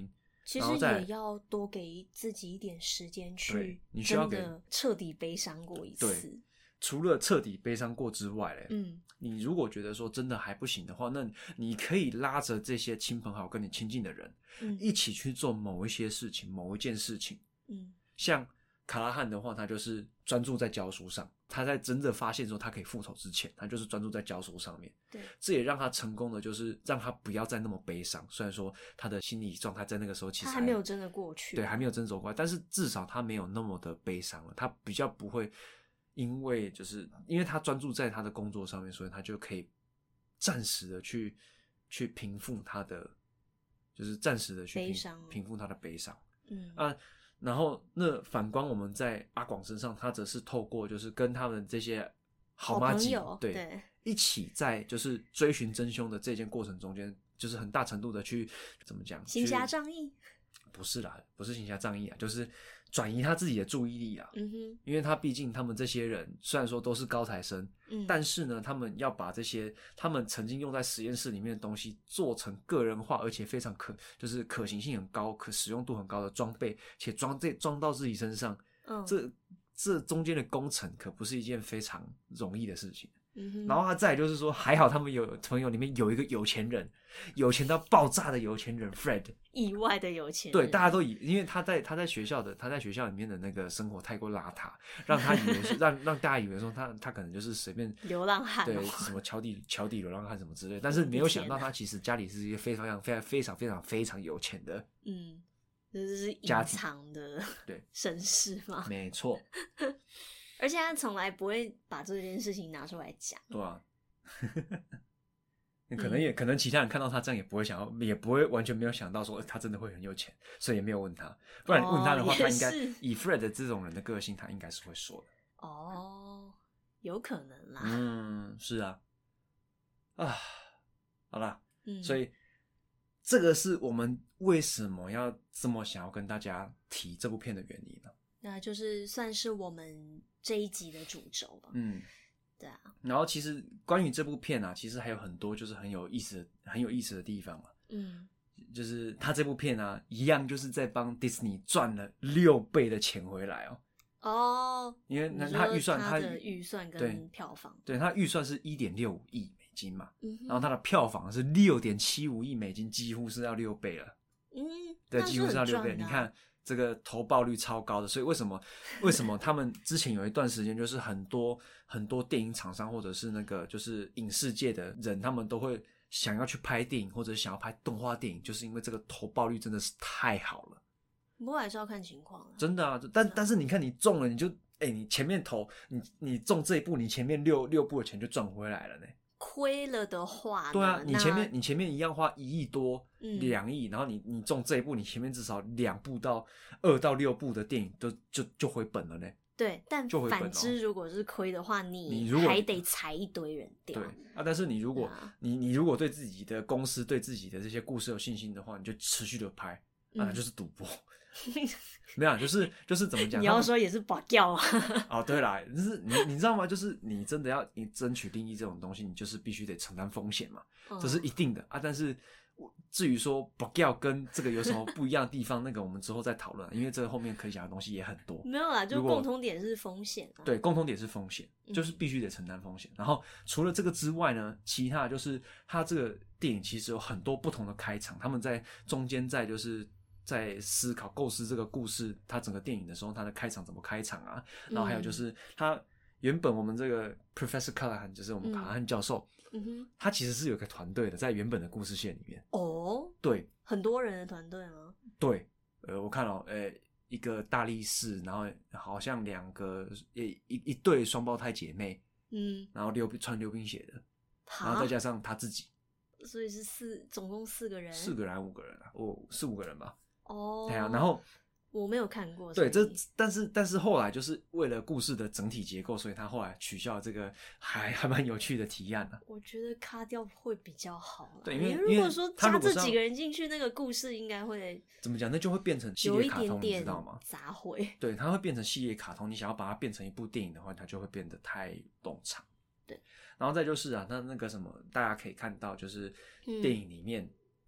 其实也要多给自己一点时间去真的彻底悲伤过一次。 对，除了彻底悲伤过之外嘞， 嗯， 你如果觉得说真的还不行的话，那你可以拉着这些亲朋好友跟你亲近的人， 嗯， 一起去做某一些事情，某一件事情。 嗯， 像卡拉汉的话，他就是专注在教书上。他在真的发现说他可以复仇之前，他就是专注在教书上面。 对， 这也让他成功的，就是让他不要再那么悲伤。虽然说他的心理状态在那个时候其实还他还没有真的过去， 对，还没有真走过来，但是至少他没有那么的悲伤了。他比较不会因为就是因为他专注在他的工作上面，所以他就可以暂时的去去平复他的，就是暂时的去平悲伤平复他的悲伤。 嗯啊。然后，那反观我们在阿广身上，他则是透过就是跟他们这些好麻吉，对， 对， 一起在就是追寻真凶的这件过程中间，就是很大程度的去怎么讲， 行侠仗义？ 不是啦，不是行侠仗义啊，就是转移他自己的注意力啊。 嗯哼， 因为他毕竟他们这些人虽然说都是高材生， 嗯， 但是呢，他们要把这些他们曾经用在实验室里面的东西做成个人化，而且非常可就是可行性很高、可使用度很高的装备，且装这装到自己身上， 嗯， 这这中间的工程可不是一件非常容易的事情。 嗯哼， 然后他再来就是说，还好他们有朋友里面有一个有钱人，有钱到爆炸的有钱人 Fred， 意外的有钱人， 对，大家都以因为他在他在学校的他在学校里面的那个生活太过邋遢，让他以为是让让大家以为说他他可能就是随便流浪汉， 对，什么桥底桥底流浪汉什么之类的，但是没有想到他其实家里是一个非常非常非常非常非常有钱的， 嗯，这是隐藏的对身世嘛， 没错。 而且他从来不会把这件事情拿出来讲。 对啊，可能也、嗯、可能其他人看到他这样也不会想要，也不会完全没有想到说他真的会很有钱，所以也没有问他。不然问他的话， 哦、 他应该以 Fred 这种人的个性，他应该是会说的。 哦，有可能啦。 嗯，是啊，啊，好啦， 嗯， 所以这个是我们为什么要这么想要跟大家提这部片的原因呢？ 那就是算是我们这一集的主轴吧。 嗯， 对啊。 然后其实关于这部片啊，其实还有很多就是很有意思的、很有意思的地方嘛。 嗯， 就是他这部片啊，一样就是在帮 Disney 赚了六倍的钱回来哦。 哦， 因为他预算， 他的预算跟票房， 对，他预算是 一点六五亿美金嘛， 嗯， 然后他的票房是 六点七五亿美金，几乎是要六倍了。 嗯， 对，几乎是要六倍。 啊、 你看。这个投报率超高的，所以为什么为什么他们之前有一段时间就是很多很多电影厂商或者是那个就是影视界的人，他们都会想要去拍电影或者想要拍动画电影，就是因为这个投报率真的是太好了。 不过还是要看情况啊。 真的啊，但但是你看你中了，你就哎、欸，你前面投你你中这一部，你前面六六部的钱就赚回来了呢。 亏了的话， 对啊，你前面你前面一样花一亿多、两、 嗯、 亿，然后你你中这一部，你前面至少两部到二到六部的电影都就就回本了呢。 对，但就回本、哦、 反之，如果是亏的话，你你如果还得裁一堆人掉。 对啊，但是你如果、 啊、 你你如果对自己的公司、对自己的这些故事有信心的话，你就持续的拍，啊， 嗯、 就是赌博。没有，就是就是怎么讲？ 你要说也是保掉啊。 哦，对啦，就是你你知道吗？就是你真的要你争取利益这种东西，你就是必须得承担风险嘛， 嗯、 这是一定的啊。但是至于说保掉跟这个有什么不一样的地方，那个我们之后再讨论，因为这个后面可以讲的东西也很多。 没有啦，就共同点是风险啊。 对，共同点是风险，就是必须得承担风险。嗯、然后除了这个之外呢，其他就是它这个电影其实有很多不同的开场，他们在中间在就是。在思考构思这个故事，它整个电影的时候，它的开场怎么开场啊？然后还有就是他原本我们这个 Professor Callahan 就是我们卡汉教授， 嗯哼， 他其实是有个团队的，在原本的故事线里面。 哦， 对， 很多人的团队吗？ 对，呃，我看哦，呃，一个大力士，然后好像两个一一一对双胞胎姐妹， 嗯， 然后溜穿溜冰鞋的，然后再加上他自己， 所以是四，总共四个人， 四个人还是五个人啊？哦，四五个人吧。 哦， 对啊，然后我没有看过。 对，这但是但是后来就是为了故事的整体结构，所以他后来取消了这个还还蛮有趣的提案啊。 我觉得卡掉会比较好啦。 对，因为如果说加这几个人进去，那个故事应该会怎么讲？那就会变成系列卡通， 有一点点你知道吗？ 杂烩。 对，它会变成系列卡通。你想要把它变成一部电影的话，它就会变得太冗长。 对， 然后再就是啊，那那个什么，大家可以看到，就是电影里面。嗯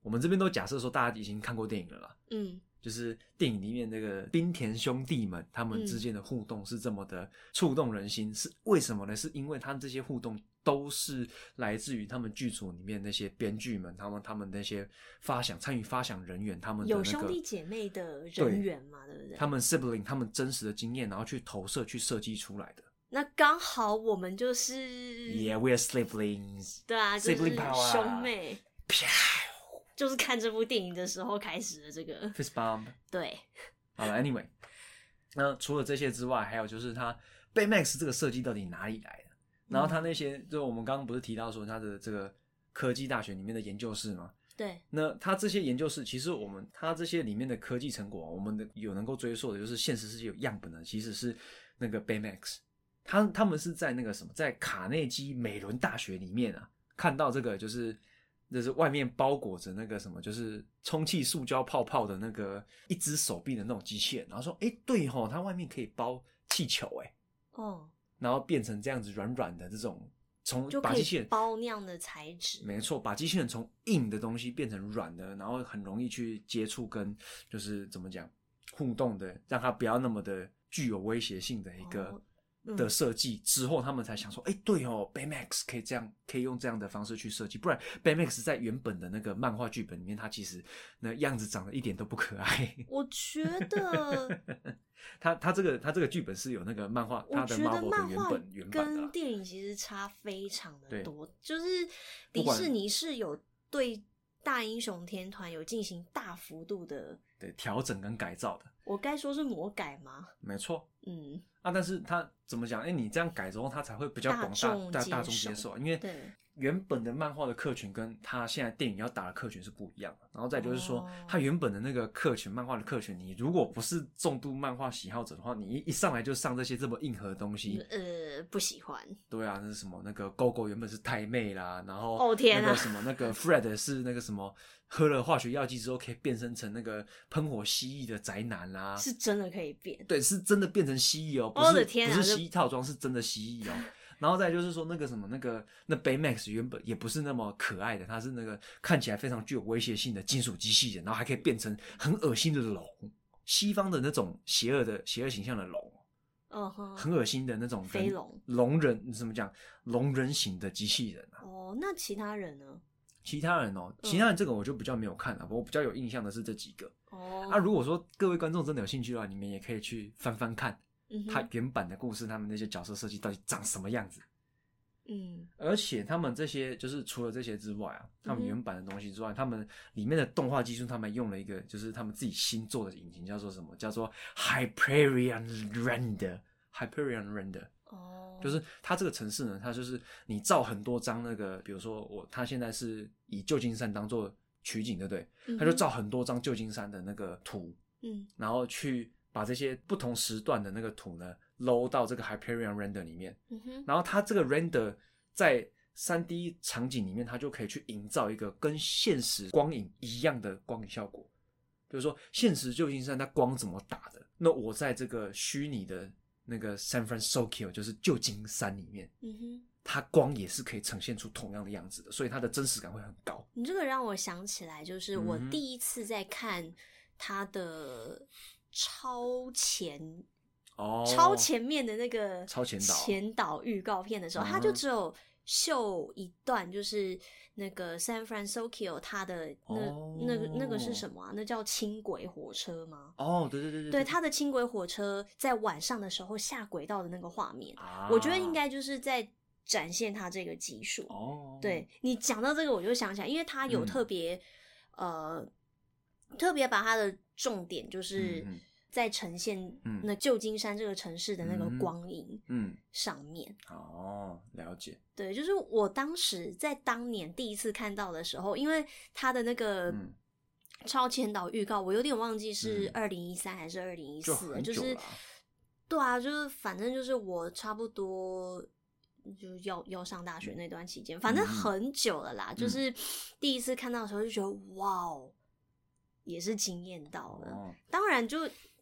我们这边都假设说大家已经看过电影了啦，嗯，就是电影里面这个滨田兄弟们他们之间的互动是这么的触动人心，嗯、是为什么呢？是因为他们这些互动都是来自于他们剧组里面那些编剧们，他们他们那些发想参与发想人员，他们的、那个、 有兄弟姐妹的人员嘛， 对, 对不对？ 他们 sibling 他们真实的经验，然后去投射去设计出来的。 那刚好我们就是 Yeah, we are siblings. 对啊，就是 sibling power 兄妹。就是看这部电影的时候开始的这个 fist bump。 对， 好了 ，anyway， 那除了这些之外，还有就是它 Baymax 这个设计到底哪里来的？然后它那些，嗯、就我们刚刚不是提到说它的这个科技大学里面的研究室吗？ 对。 那它这些研究室，其实我们它这些里面的科技成果，我们的有能够追溯的，就是现实世界有样本的，其实是那个 Baymax。他他们是在那个什么，在卡内基美伦大学里面啊，看到这个就是就是外面包裹着那个什么，就是充气塑胶泡泡的那个一只手臂的那种机器人，然后说，哎，对齁，它外面可以包气球，哎，哦，然后变成这样子软软的这种，从把机器人包那样的材质， 没错，把机器人从硬的东西变成软的，然后很容易去接触跟就是怎么讲互动的，让它不要那么的具有威胁性的一个。哦的设计之后，他们才想说，哎、欸，对哦 ，Baymax 可以这样，可以用这样的方式去设计，不然 Baymax 在原本的那个漫画剧本里面，它其实那样子长得一点都不可爱。 我觉得， 他他这个他这个剧本是有那个漫画，他的 Marvel 的原本原版的、啊， 跟电影其实差非常的多，就是迪士尼是有对大英雄天团有进行大幅度的对调整跟改造的。 我该说是魔改吗？ 没错，嗯。啊，但是他怎么讲？哎、欸，你这样改之后，他才会比较广大大大众接受，因为原本的漫画的客群跟他现在电影要打的客群是不一样的。然后再就是说，他、哦、原本的那个客群，漫画的客群，你如果不是重度漫画喜好者的话，你一上来就上这些这么硬核的东西， 呃，不喜欢。 对啊，那是什么？那个 Gogo 原本是太妹啦，然后哦天啊， 那个什么那个 Fred 是那个什么。喝了化学药剂之后可以变身成那个喷火蜥蜴的宅男啦、啊， 是真的可以变， 对，是真的变成蜥蜴哦，不是、 我的天啊、 不是蜥蜴套装，是真的蜥蜴哦。然后再就是说那个什么那个那 Baymax 原本也不是那么可爱的，它是那个看起来非常具有威胁性的金属机器人，然后还可以变成很恶心的龙，西方的那种邪恶的邪恶形象的龙。 哦、uh-huh, 很恶心的那种飞龙龙人，怎么讲龙人型的机器人啊？ 哦，那其他人呢？其他人哦，其他人这个我就比较没有看了，我比较有印象的是这几个。哦，啊，如果说各位观众真的有兴趣的话，你们也可以去翻翻看，嗯，他原版的故事，他们那些角色设计到底长什么样子。嗯，而且他们这些就是除了这些之外啊，他们原版的东西之外，嗯、他们里面的动画技术，他们用了一个就是他们自己新做的引擎，叫做什么？叫做 Hyperion Render。Hyperion Render。哦，就是它这个城市呢，它就是你照很多张那个，比如说我，它现在是以旧金山当做取景，对不对？嗯、它就照很多张旧金山的那个图，嗯，然后去把这些不同时段的那个图呢，load 到这个 Hyperion Render 里面，嗯哼，然后它这个 Render 在 三 D 场景里面，它就可以去营造一个跟现实光影一样的光影效果。比如说，现实旧金山它光怎么打的，那我在这个虚拟的。那个 San Francisco 就是旧金山里面，嗯哼，它光也是可以呈现出同样的样子的，所以它的真实感会很高。 你这个让我想起来，就是我第一次在看它的超前哦，超前面的那个超前导前导预告片的时候，嗯、它就只有秀一段，就是那个 San Francisco 它的那、哦、那个那个是什么啊？那叫轻轨火车吗？ 哦，对对对对， 对，它的轻轨火车在晚上的时候下轨道的那个画面，啊、我觉得应该就是在展现它这个技术。哦，对，你讲到这个，我就想起来，因为它有特别、嗯、呃特别把它的重点就是。嗯嗯在呈现那旧金山这个城市的那个光影上面、 嗯嗯、哦，了解。 对，就是我当时在当年第一次看到的时候，因为他的那个超前导预告，我有点忘记是二零一三还是二零一四，就是对啊，就是反正就是我差不多就要要上大学那段期间，反正很久了啦、嗯、就是第一次看到的时候就觉得哇哦，也是惊艳到了、哦、当然就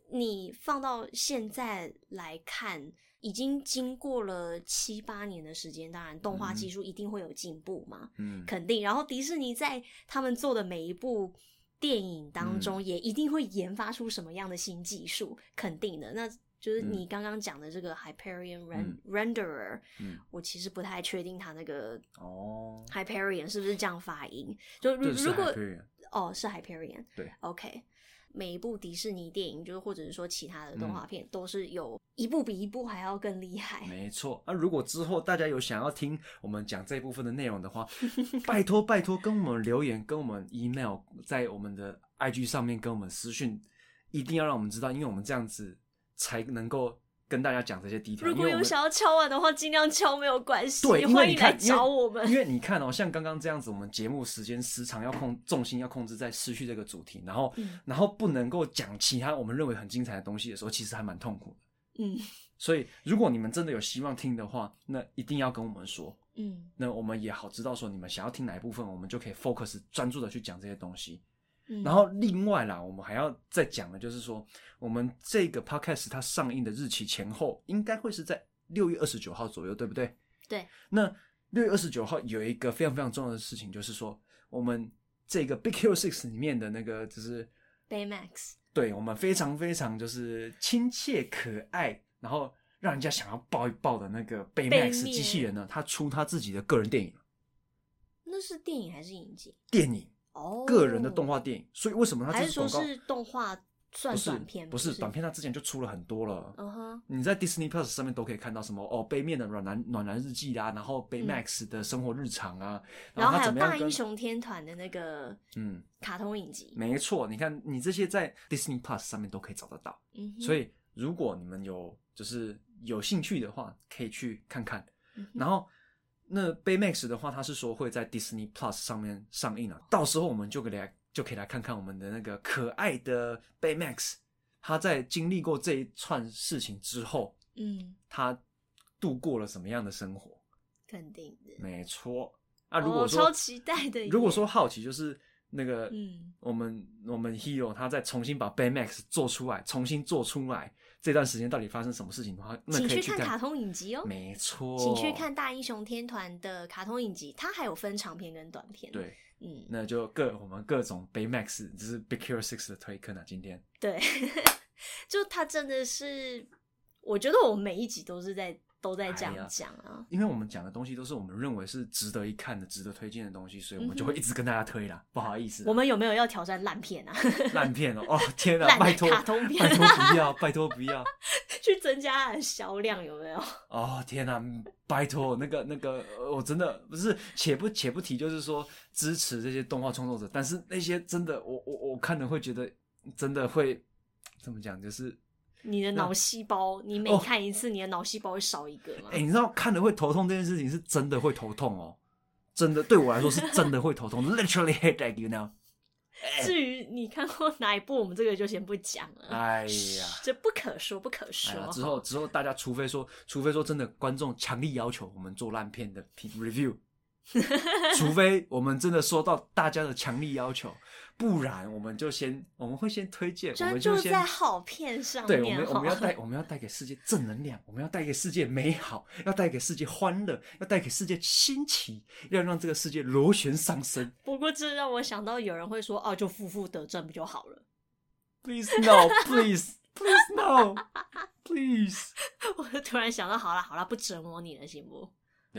你放到现在来看，已经经过了七八年的时间，当然动画技术一定会有进步嘛，嗯，肯定。然后迪士尼在他们做的每一部电影当中，也一定会研发出什么样的新技术，肯定的。那就是你刚刚讲的这个 Hyperion Renderer，嗯，我其实不太确定它那个哦 Hyperion 是不是这样发音？就如如果哦是 Hyperion， 对 ，OK。每一部迪士尼电影，就是或者是说其他的动画片，嗯、都是有一部比一部还要更厉害。 没错。那、啊、如果之后大家有想要听我们讲这一部分的内容的话，拜托拜托跟我们留言，跟我们 email， 在我们的 I G 上面跟我们私讯，一定要让我们知道，因为我们这样子才能够跟大家讲这些 detail。 如果有想要敲碗的话，尽量敲没有关系，对，欢迎来找我们。 因为你看哦，像刚刚这样子，我们节目时间时长要控重心要控制在失去这个主题，然后、嗯、然后不能够讲其他我们认为很精彩的东西的时候，其实还蛮痛苦的。嗯，所以如果你们真的有希望听的话，那一定要跟我们说。嗯，那我们也好知道说你们想要听哪一部分，我们就可以 focus 专注的去讲这些东西。然后另外啦，我们还要再讲的就是说，我们这个 podcast 它上映的日期前后应该会是在六月二十九号左右，对不对？ 对。 那六月二十九号有一个非常非常重要的事情，就是说我们这个 Big Hero Six 里面的那个就是 Baymax， 对，我们非常非常就是亲切可爱，然后让人家想要抱一抱的那个 Baymax 机器人呢，他出他自己的个人电影了。 那是电影还是影集？ 电影。哦，个人的动画电影，所以为什么他这次广告还是说是动画算短片？ 不是，不是短片，他之前就出了很多了。嗯哼，你在 Disney Plus 上面都可以看到什么哦，杯面的暖男暖男日记啦，然后 Baymax 的生活日常啊， 嗯、然后还有大英雄天团的那个嗯卡通影集。 没错，你看你这些在 Disney Plus 上面都可以找得到。嗯，所以如果你们有就是有兴趣的话，可以去看看。嗯、然后。那 Baymax 的话，他是说会在 Disney Plus 上面上映了，到时候我们就可以来就可以来看看我们的那个可爱的 Baymax， 他在经历过这一串事情之后，嗯，他度过了什么样的生活？ 肯定的， 没错。啊，如果说、 哦、超期待的， 如果说好奇，就是那个，嗯，我们我们 Hero 他再重新把 Baymax 做出来，重新做出来。这段时间到底发生什么事情的话，那可以去看， 请去看卡通影集哦。 没错， 请去看大英雄天团的卡通影集，它还有分长片跟短片。 对，嗯，那就各我们各种 Baymax， 就是 Big Hero Six 的推坑啊，今天。 对，就它真的是，我觉得我们每一集都是在都在这样讲啊、哎， 因为我们讲的东西都是我们认为是值得一看的、值得推荐的东西，所以我们就会一直跟大家推啦。嗯、不好意思、啊， 我们有没有要挑战烂片啊？ 烂片哦！哦天啊，拜托， 卡通片， 拜托不要，拜托不要， 去增加它的销量有没有？ 哦天啊，拜托，那个那个，我真的不是，且不且不提，就是说支持这些动画创作者，但是那些真的，我我我看了会觉得真的会怎么讲，就是。 你的脑细胞，你每看一次，哦、你的脑细胞会少一个吗？ 哎、欸，你知道看了会头痛这件事情是真的会头痛哦，真的对我来说是真的会头痛，literally headache, you know。 至于你看过哪一部，我们这个就先不讲了。 哎呀， 这不可说，不可说。 哎、之后之后大家除非说，除非说真的观众强力要求我们做烂片的 review。除非我们真的收到大家的强力要求，不然我们就先我们会先推荐，我们就先在好片上面。 对，我们我们要带我们要带给世界正能量，我们要带给世界美好，要带给世界欢乐，要带给世界新奇，要让这个世界螺旋上升。 不过这让我想到有人会说，哦，就负负得正不就好了 ？Please no, please, please no, please。 我突然想到，好啦好啦，不折磨你了，行不？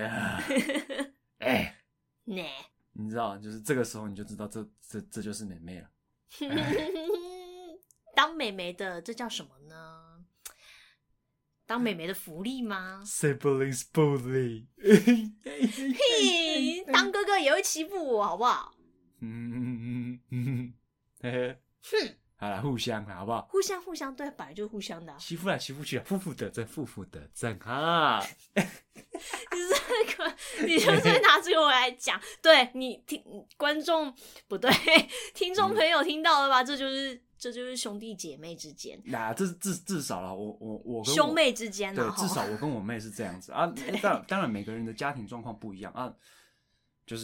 Yeah. 哎， 呢、欸， 你知道，就是这个时候你就知道这，这这这就是妹妹了。 当妹妹的，这叫什么呢？当妹妹的福利吗 ？Siblings bully。 嘿，当哥哥也会欺负我，好不好？ 嗯嗯嗯，嘿嘿，哼。好啦，互相啦，好不好？ 互相互相，对，本来就是互相的、啊。 欺负来欺负去，负负得正，负负得正啊！ 你这个，你就是拿这个我来讲，对你听观众不对，听众朋友听到了吧？嗯、这就是这就是兄弟姐妹之间。 那这至至少啦，我我我跟我兄妹之间， 对，至少我跟我妹是这样子啊。当然当然，每个人的家庭状况不一样啊，就是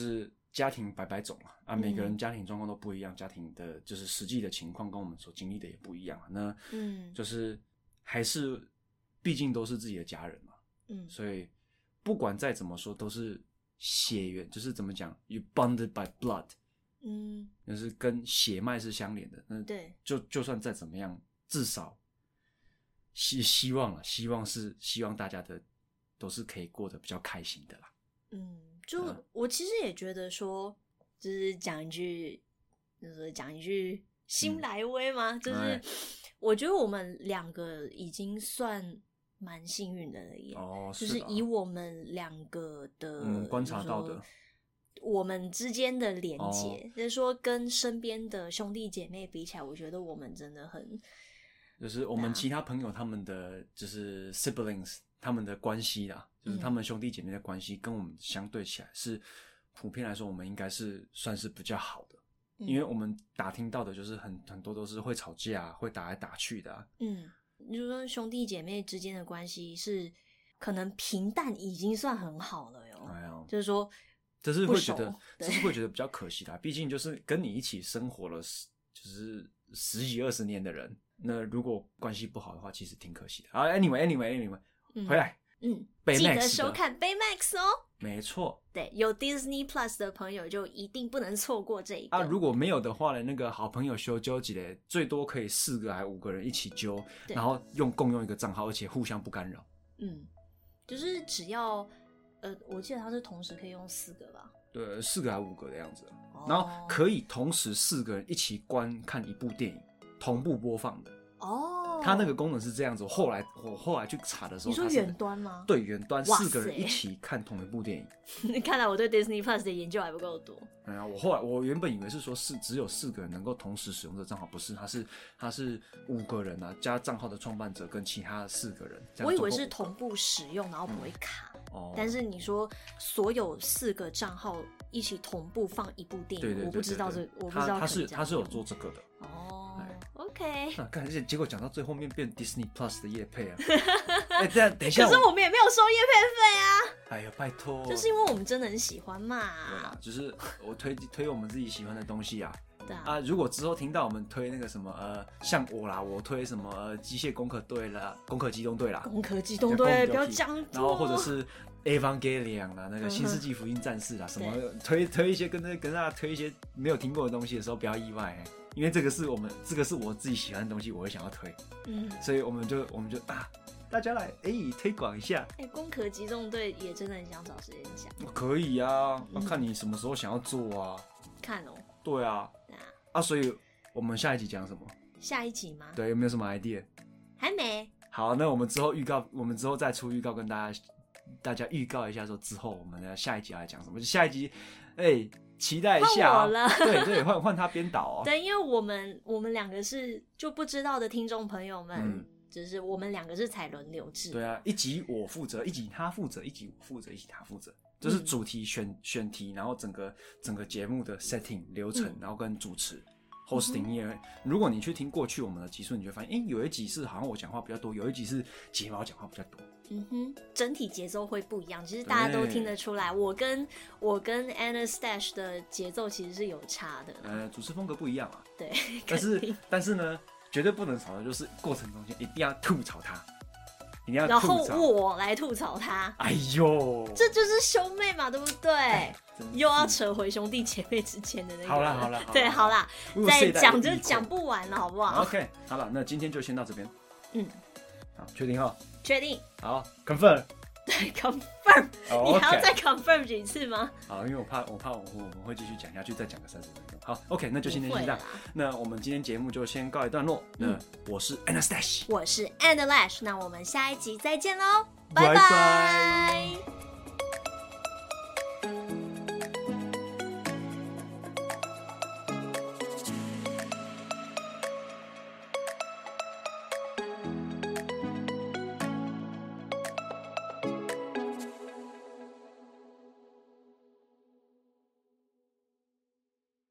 家庭百百种啊，啊，每个人家庭状况都不一样，家庭的就是实际的情况跟我们所经历的也不一样啊。那嗯，就是还是毕竟都是自己的家人嘛，嗯，所以不管再怎么说都是血缘，就是怎么讲 ，you bonded by blood， 嗯，就是跟血脉是相连的。那对，就就算再怎么样，至少希希望啊，希望是希望大家的都是可以过得比较开心的啦。 嗯，就、嗯、我其实也觉得说，就是讲一句，就是讲一句新来威嘛、嗯，就是我觉得我们两个已经算蛮幸运的了耶。哦，是，就是以我们两个的、 嗯、观察到的， 我们之间的连结、哦，就是说跟身边的兄弟姐妹比起来，我觉得我们真的很， 就是我们其他朋友他们的就是 siblings 他们的关系啦。就是他们兄弟姐妹的关系跟我们相对起来是普遍来说我们应该是算是比较好的、嗯、因为我们打听到的就是很很多都是会吵架会打来打去的、啊、 嗯，就是说兄弟姐妹之间的关系是可能平淡已经算很好了哟、哎、呀就是说这是会觉得这是会觉得比较可惜的、啊、毕竟就是跟你一起生活了就是十几二十年的人，那如果关系不好的话其实挺可惜的啊。 anyway anyway anyway、嗯、回来嗯，记得收看 Baymax 哦。 没错， 对，有 Disney Plus 的朋友就一定不能错过这一个啊。 如果没有的话呢，那个好朋友修纠集的最多可以四个还五个人一起揪，然后用共用一个账号，而且互相不干扰。 嗯，就是只要呃，我记得它是同时可以用四个吧？ 对，四个还五个的样子、哦，然后可以同时四个人一起观看一部电影，同步播放的。哦，它那个功能是这样子。我后来我后来去查的时候， 你说远端吗？ 对，远端四个人一起看同一部电影。看来我对 Disney Plus 的研究还不够多。 哎呀，我后来我原本以为是说是只有四个人能够同时使用这个账号，不是，它是它是五个人啊，加账号的创办者跟其他的四个人。 我以为是同步使用，然后不会卡。嗯哦、但是你说所有四个账号一起同步放一部电影，对对对对对，我不知道这，我不知道他是他是有做这个的。 哦 ，OK。 那看，结果讲到最后面变 Disney Plus 的业配啊！哎、欸，等下等一下， 可是我们也没有收业配费啊！ 哎呀，拜托， 就是因为我们真的很喜欢嘛。 对啊，就是我推推我们自己喜欢的东西啊。 对啊。 啊，如果之后听到我们推那个什么呃，像我啦，我推什么呃，机械攻壳队啦，攻壳机动队啦， 攻壳机动队不要讲多。 然后或者是 Evangelion 啦，那个新世纪福音战士啦，嗯、什么推推一些跟跟大家推一些没有听过的东西的时候，不要意外、欸。因为这个是我们，这个是我自己喜欢的东西，我会想要推，嗯，所以我们就我们就啊，大家来哎、欸、推广一下。 哎、欸，攻壳机动队也真的很想找时间讲。 可以啊，要、嗯、看你什么时候想要做啊。 看哦。 对啊。啊, 啊，所以我们下一集讲什么？ 下一集吗？ 对，有没有什么 idea？ 还没。 好，那我们之后预告，我们之后再出预告，跟大家大家预告一下，说之后我们的下一集要来讲什么？下一集，哎、欸。期待一下、 哦， 对对，换换他编导哦。 对，因为我们我们两个是就不知道的听众朋友们，嗯、就是我们两个是采轮流制。 对啊，一集我负责，一集他负责，一集我负责，一集他负责，就是主题选、嗯、选题，然后整个整个节目的 setting 流程，嗯、然后跟主持 hosting、嗯。因为如果你去听过去我们的集数，你就会发现，哎、欸，有一集是好像我讲话比较多，有一集是睫毛讲话比较多。 嗯哼，整体节奏会不一样，其实大家都听得出来，我跟我跟 Anastash 的节奏其实是有差的。 呃，主持风格不一样啊。 对， 但是但是呢，绝对不能少的就是过程中间一定要吐槽他，一定要吐槽。 然后我来吐槽他。 哎呦， 这就是兄妹嘛，对不对？哎、又要扯回兄弟姐妹之间的那个。 好啦好啦， 对，好啦，再讲就讲不完了，好不好 ？OK， 好了，那今天就先到这边。 嗯， 好，确定哈。 确定。 好 ，confirm。 对 ，confirm。 Oh, 你还要再 confirm 几次吗？ 好，因为我怕，我怕我我们会继续讲下去，再讲个三十分钟。好 ，OK， 那就今天先这样。那我们今天节目就先告一段落。嗯、那我是 Anastash， 我是 Andlash， 那我们下一集再见喽，拜拜。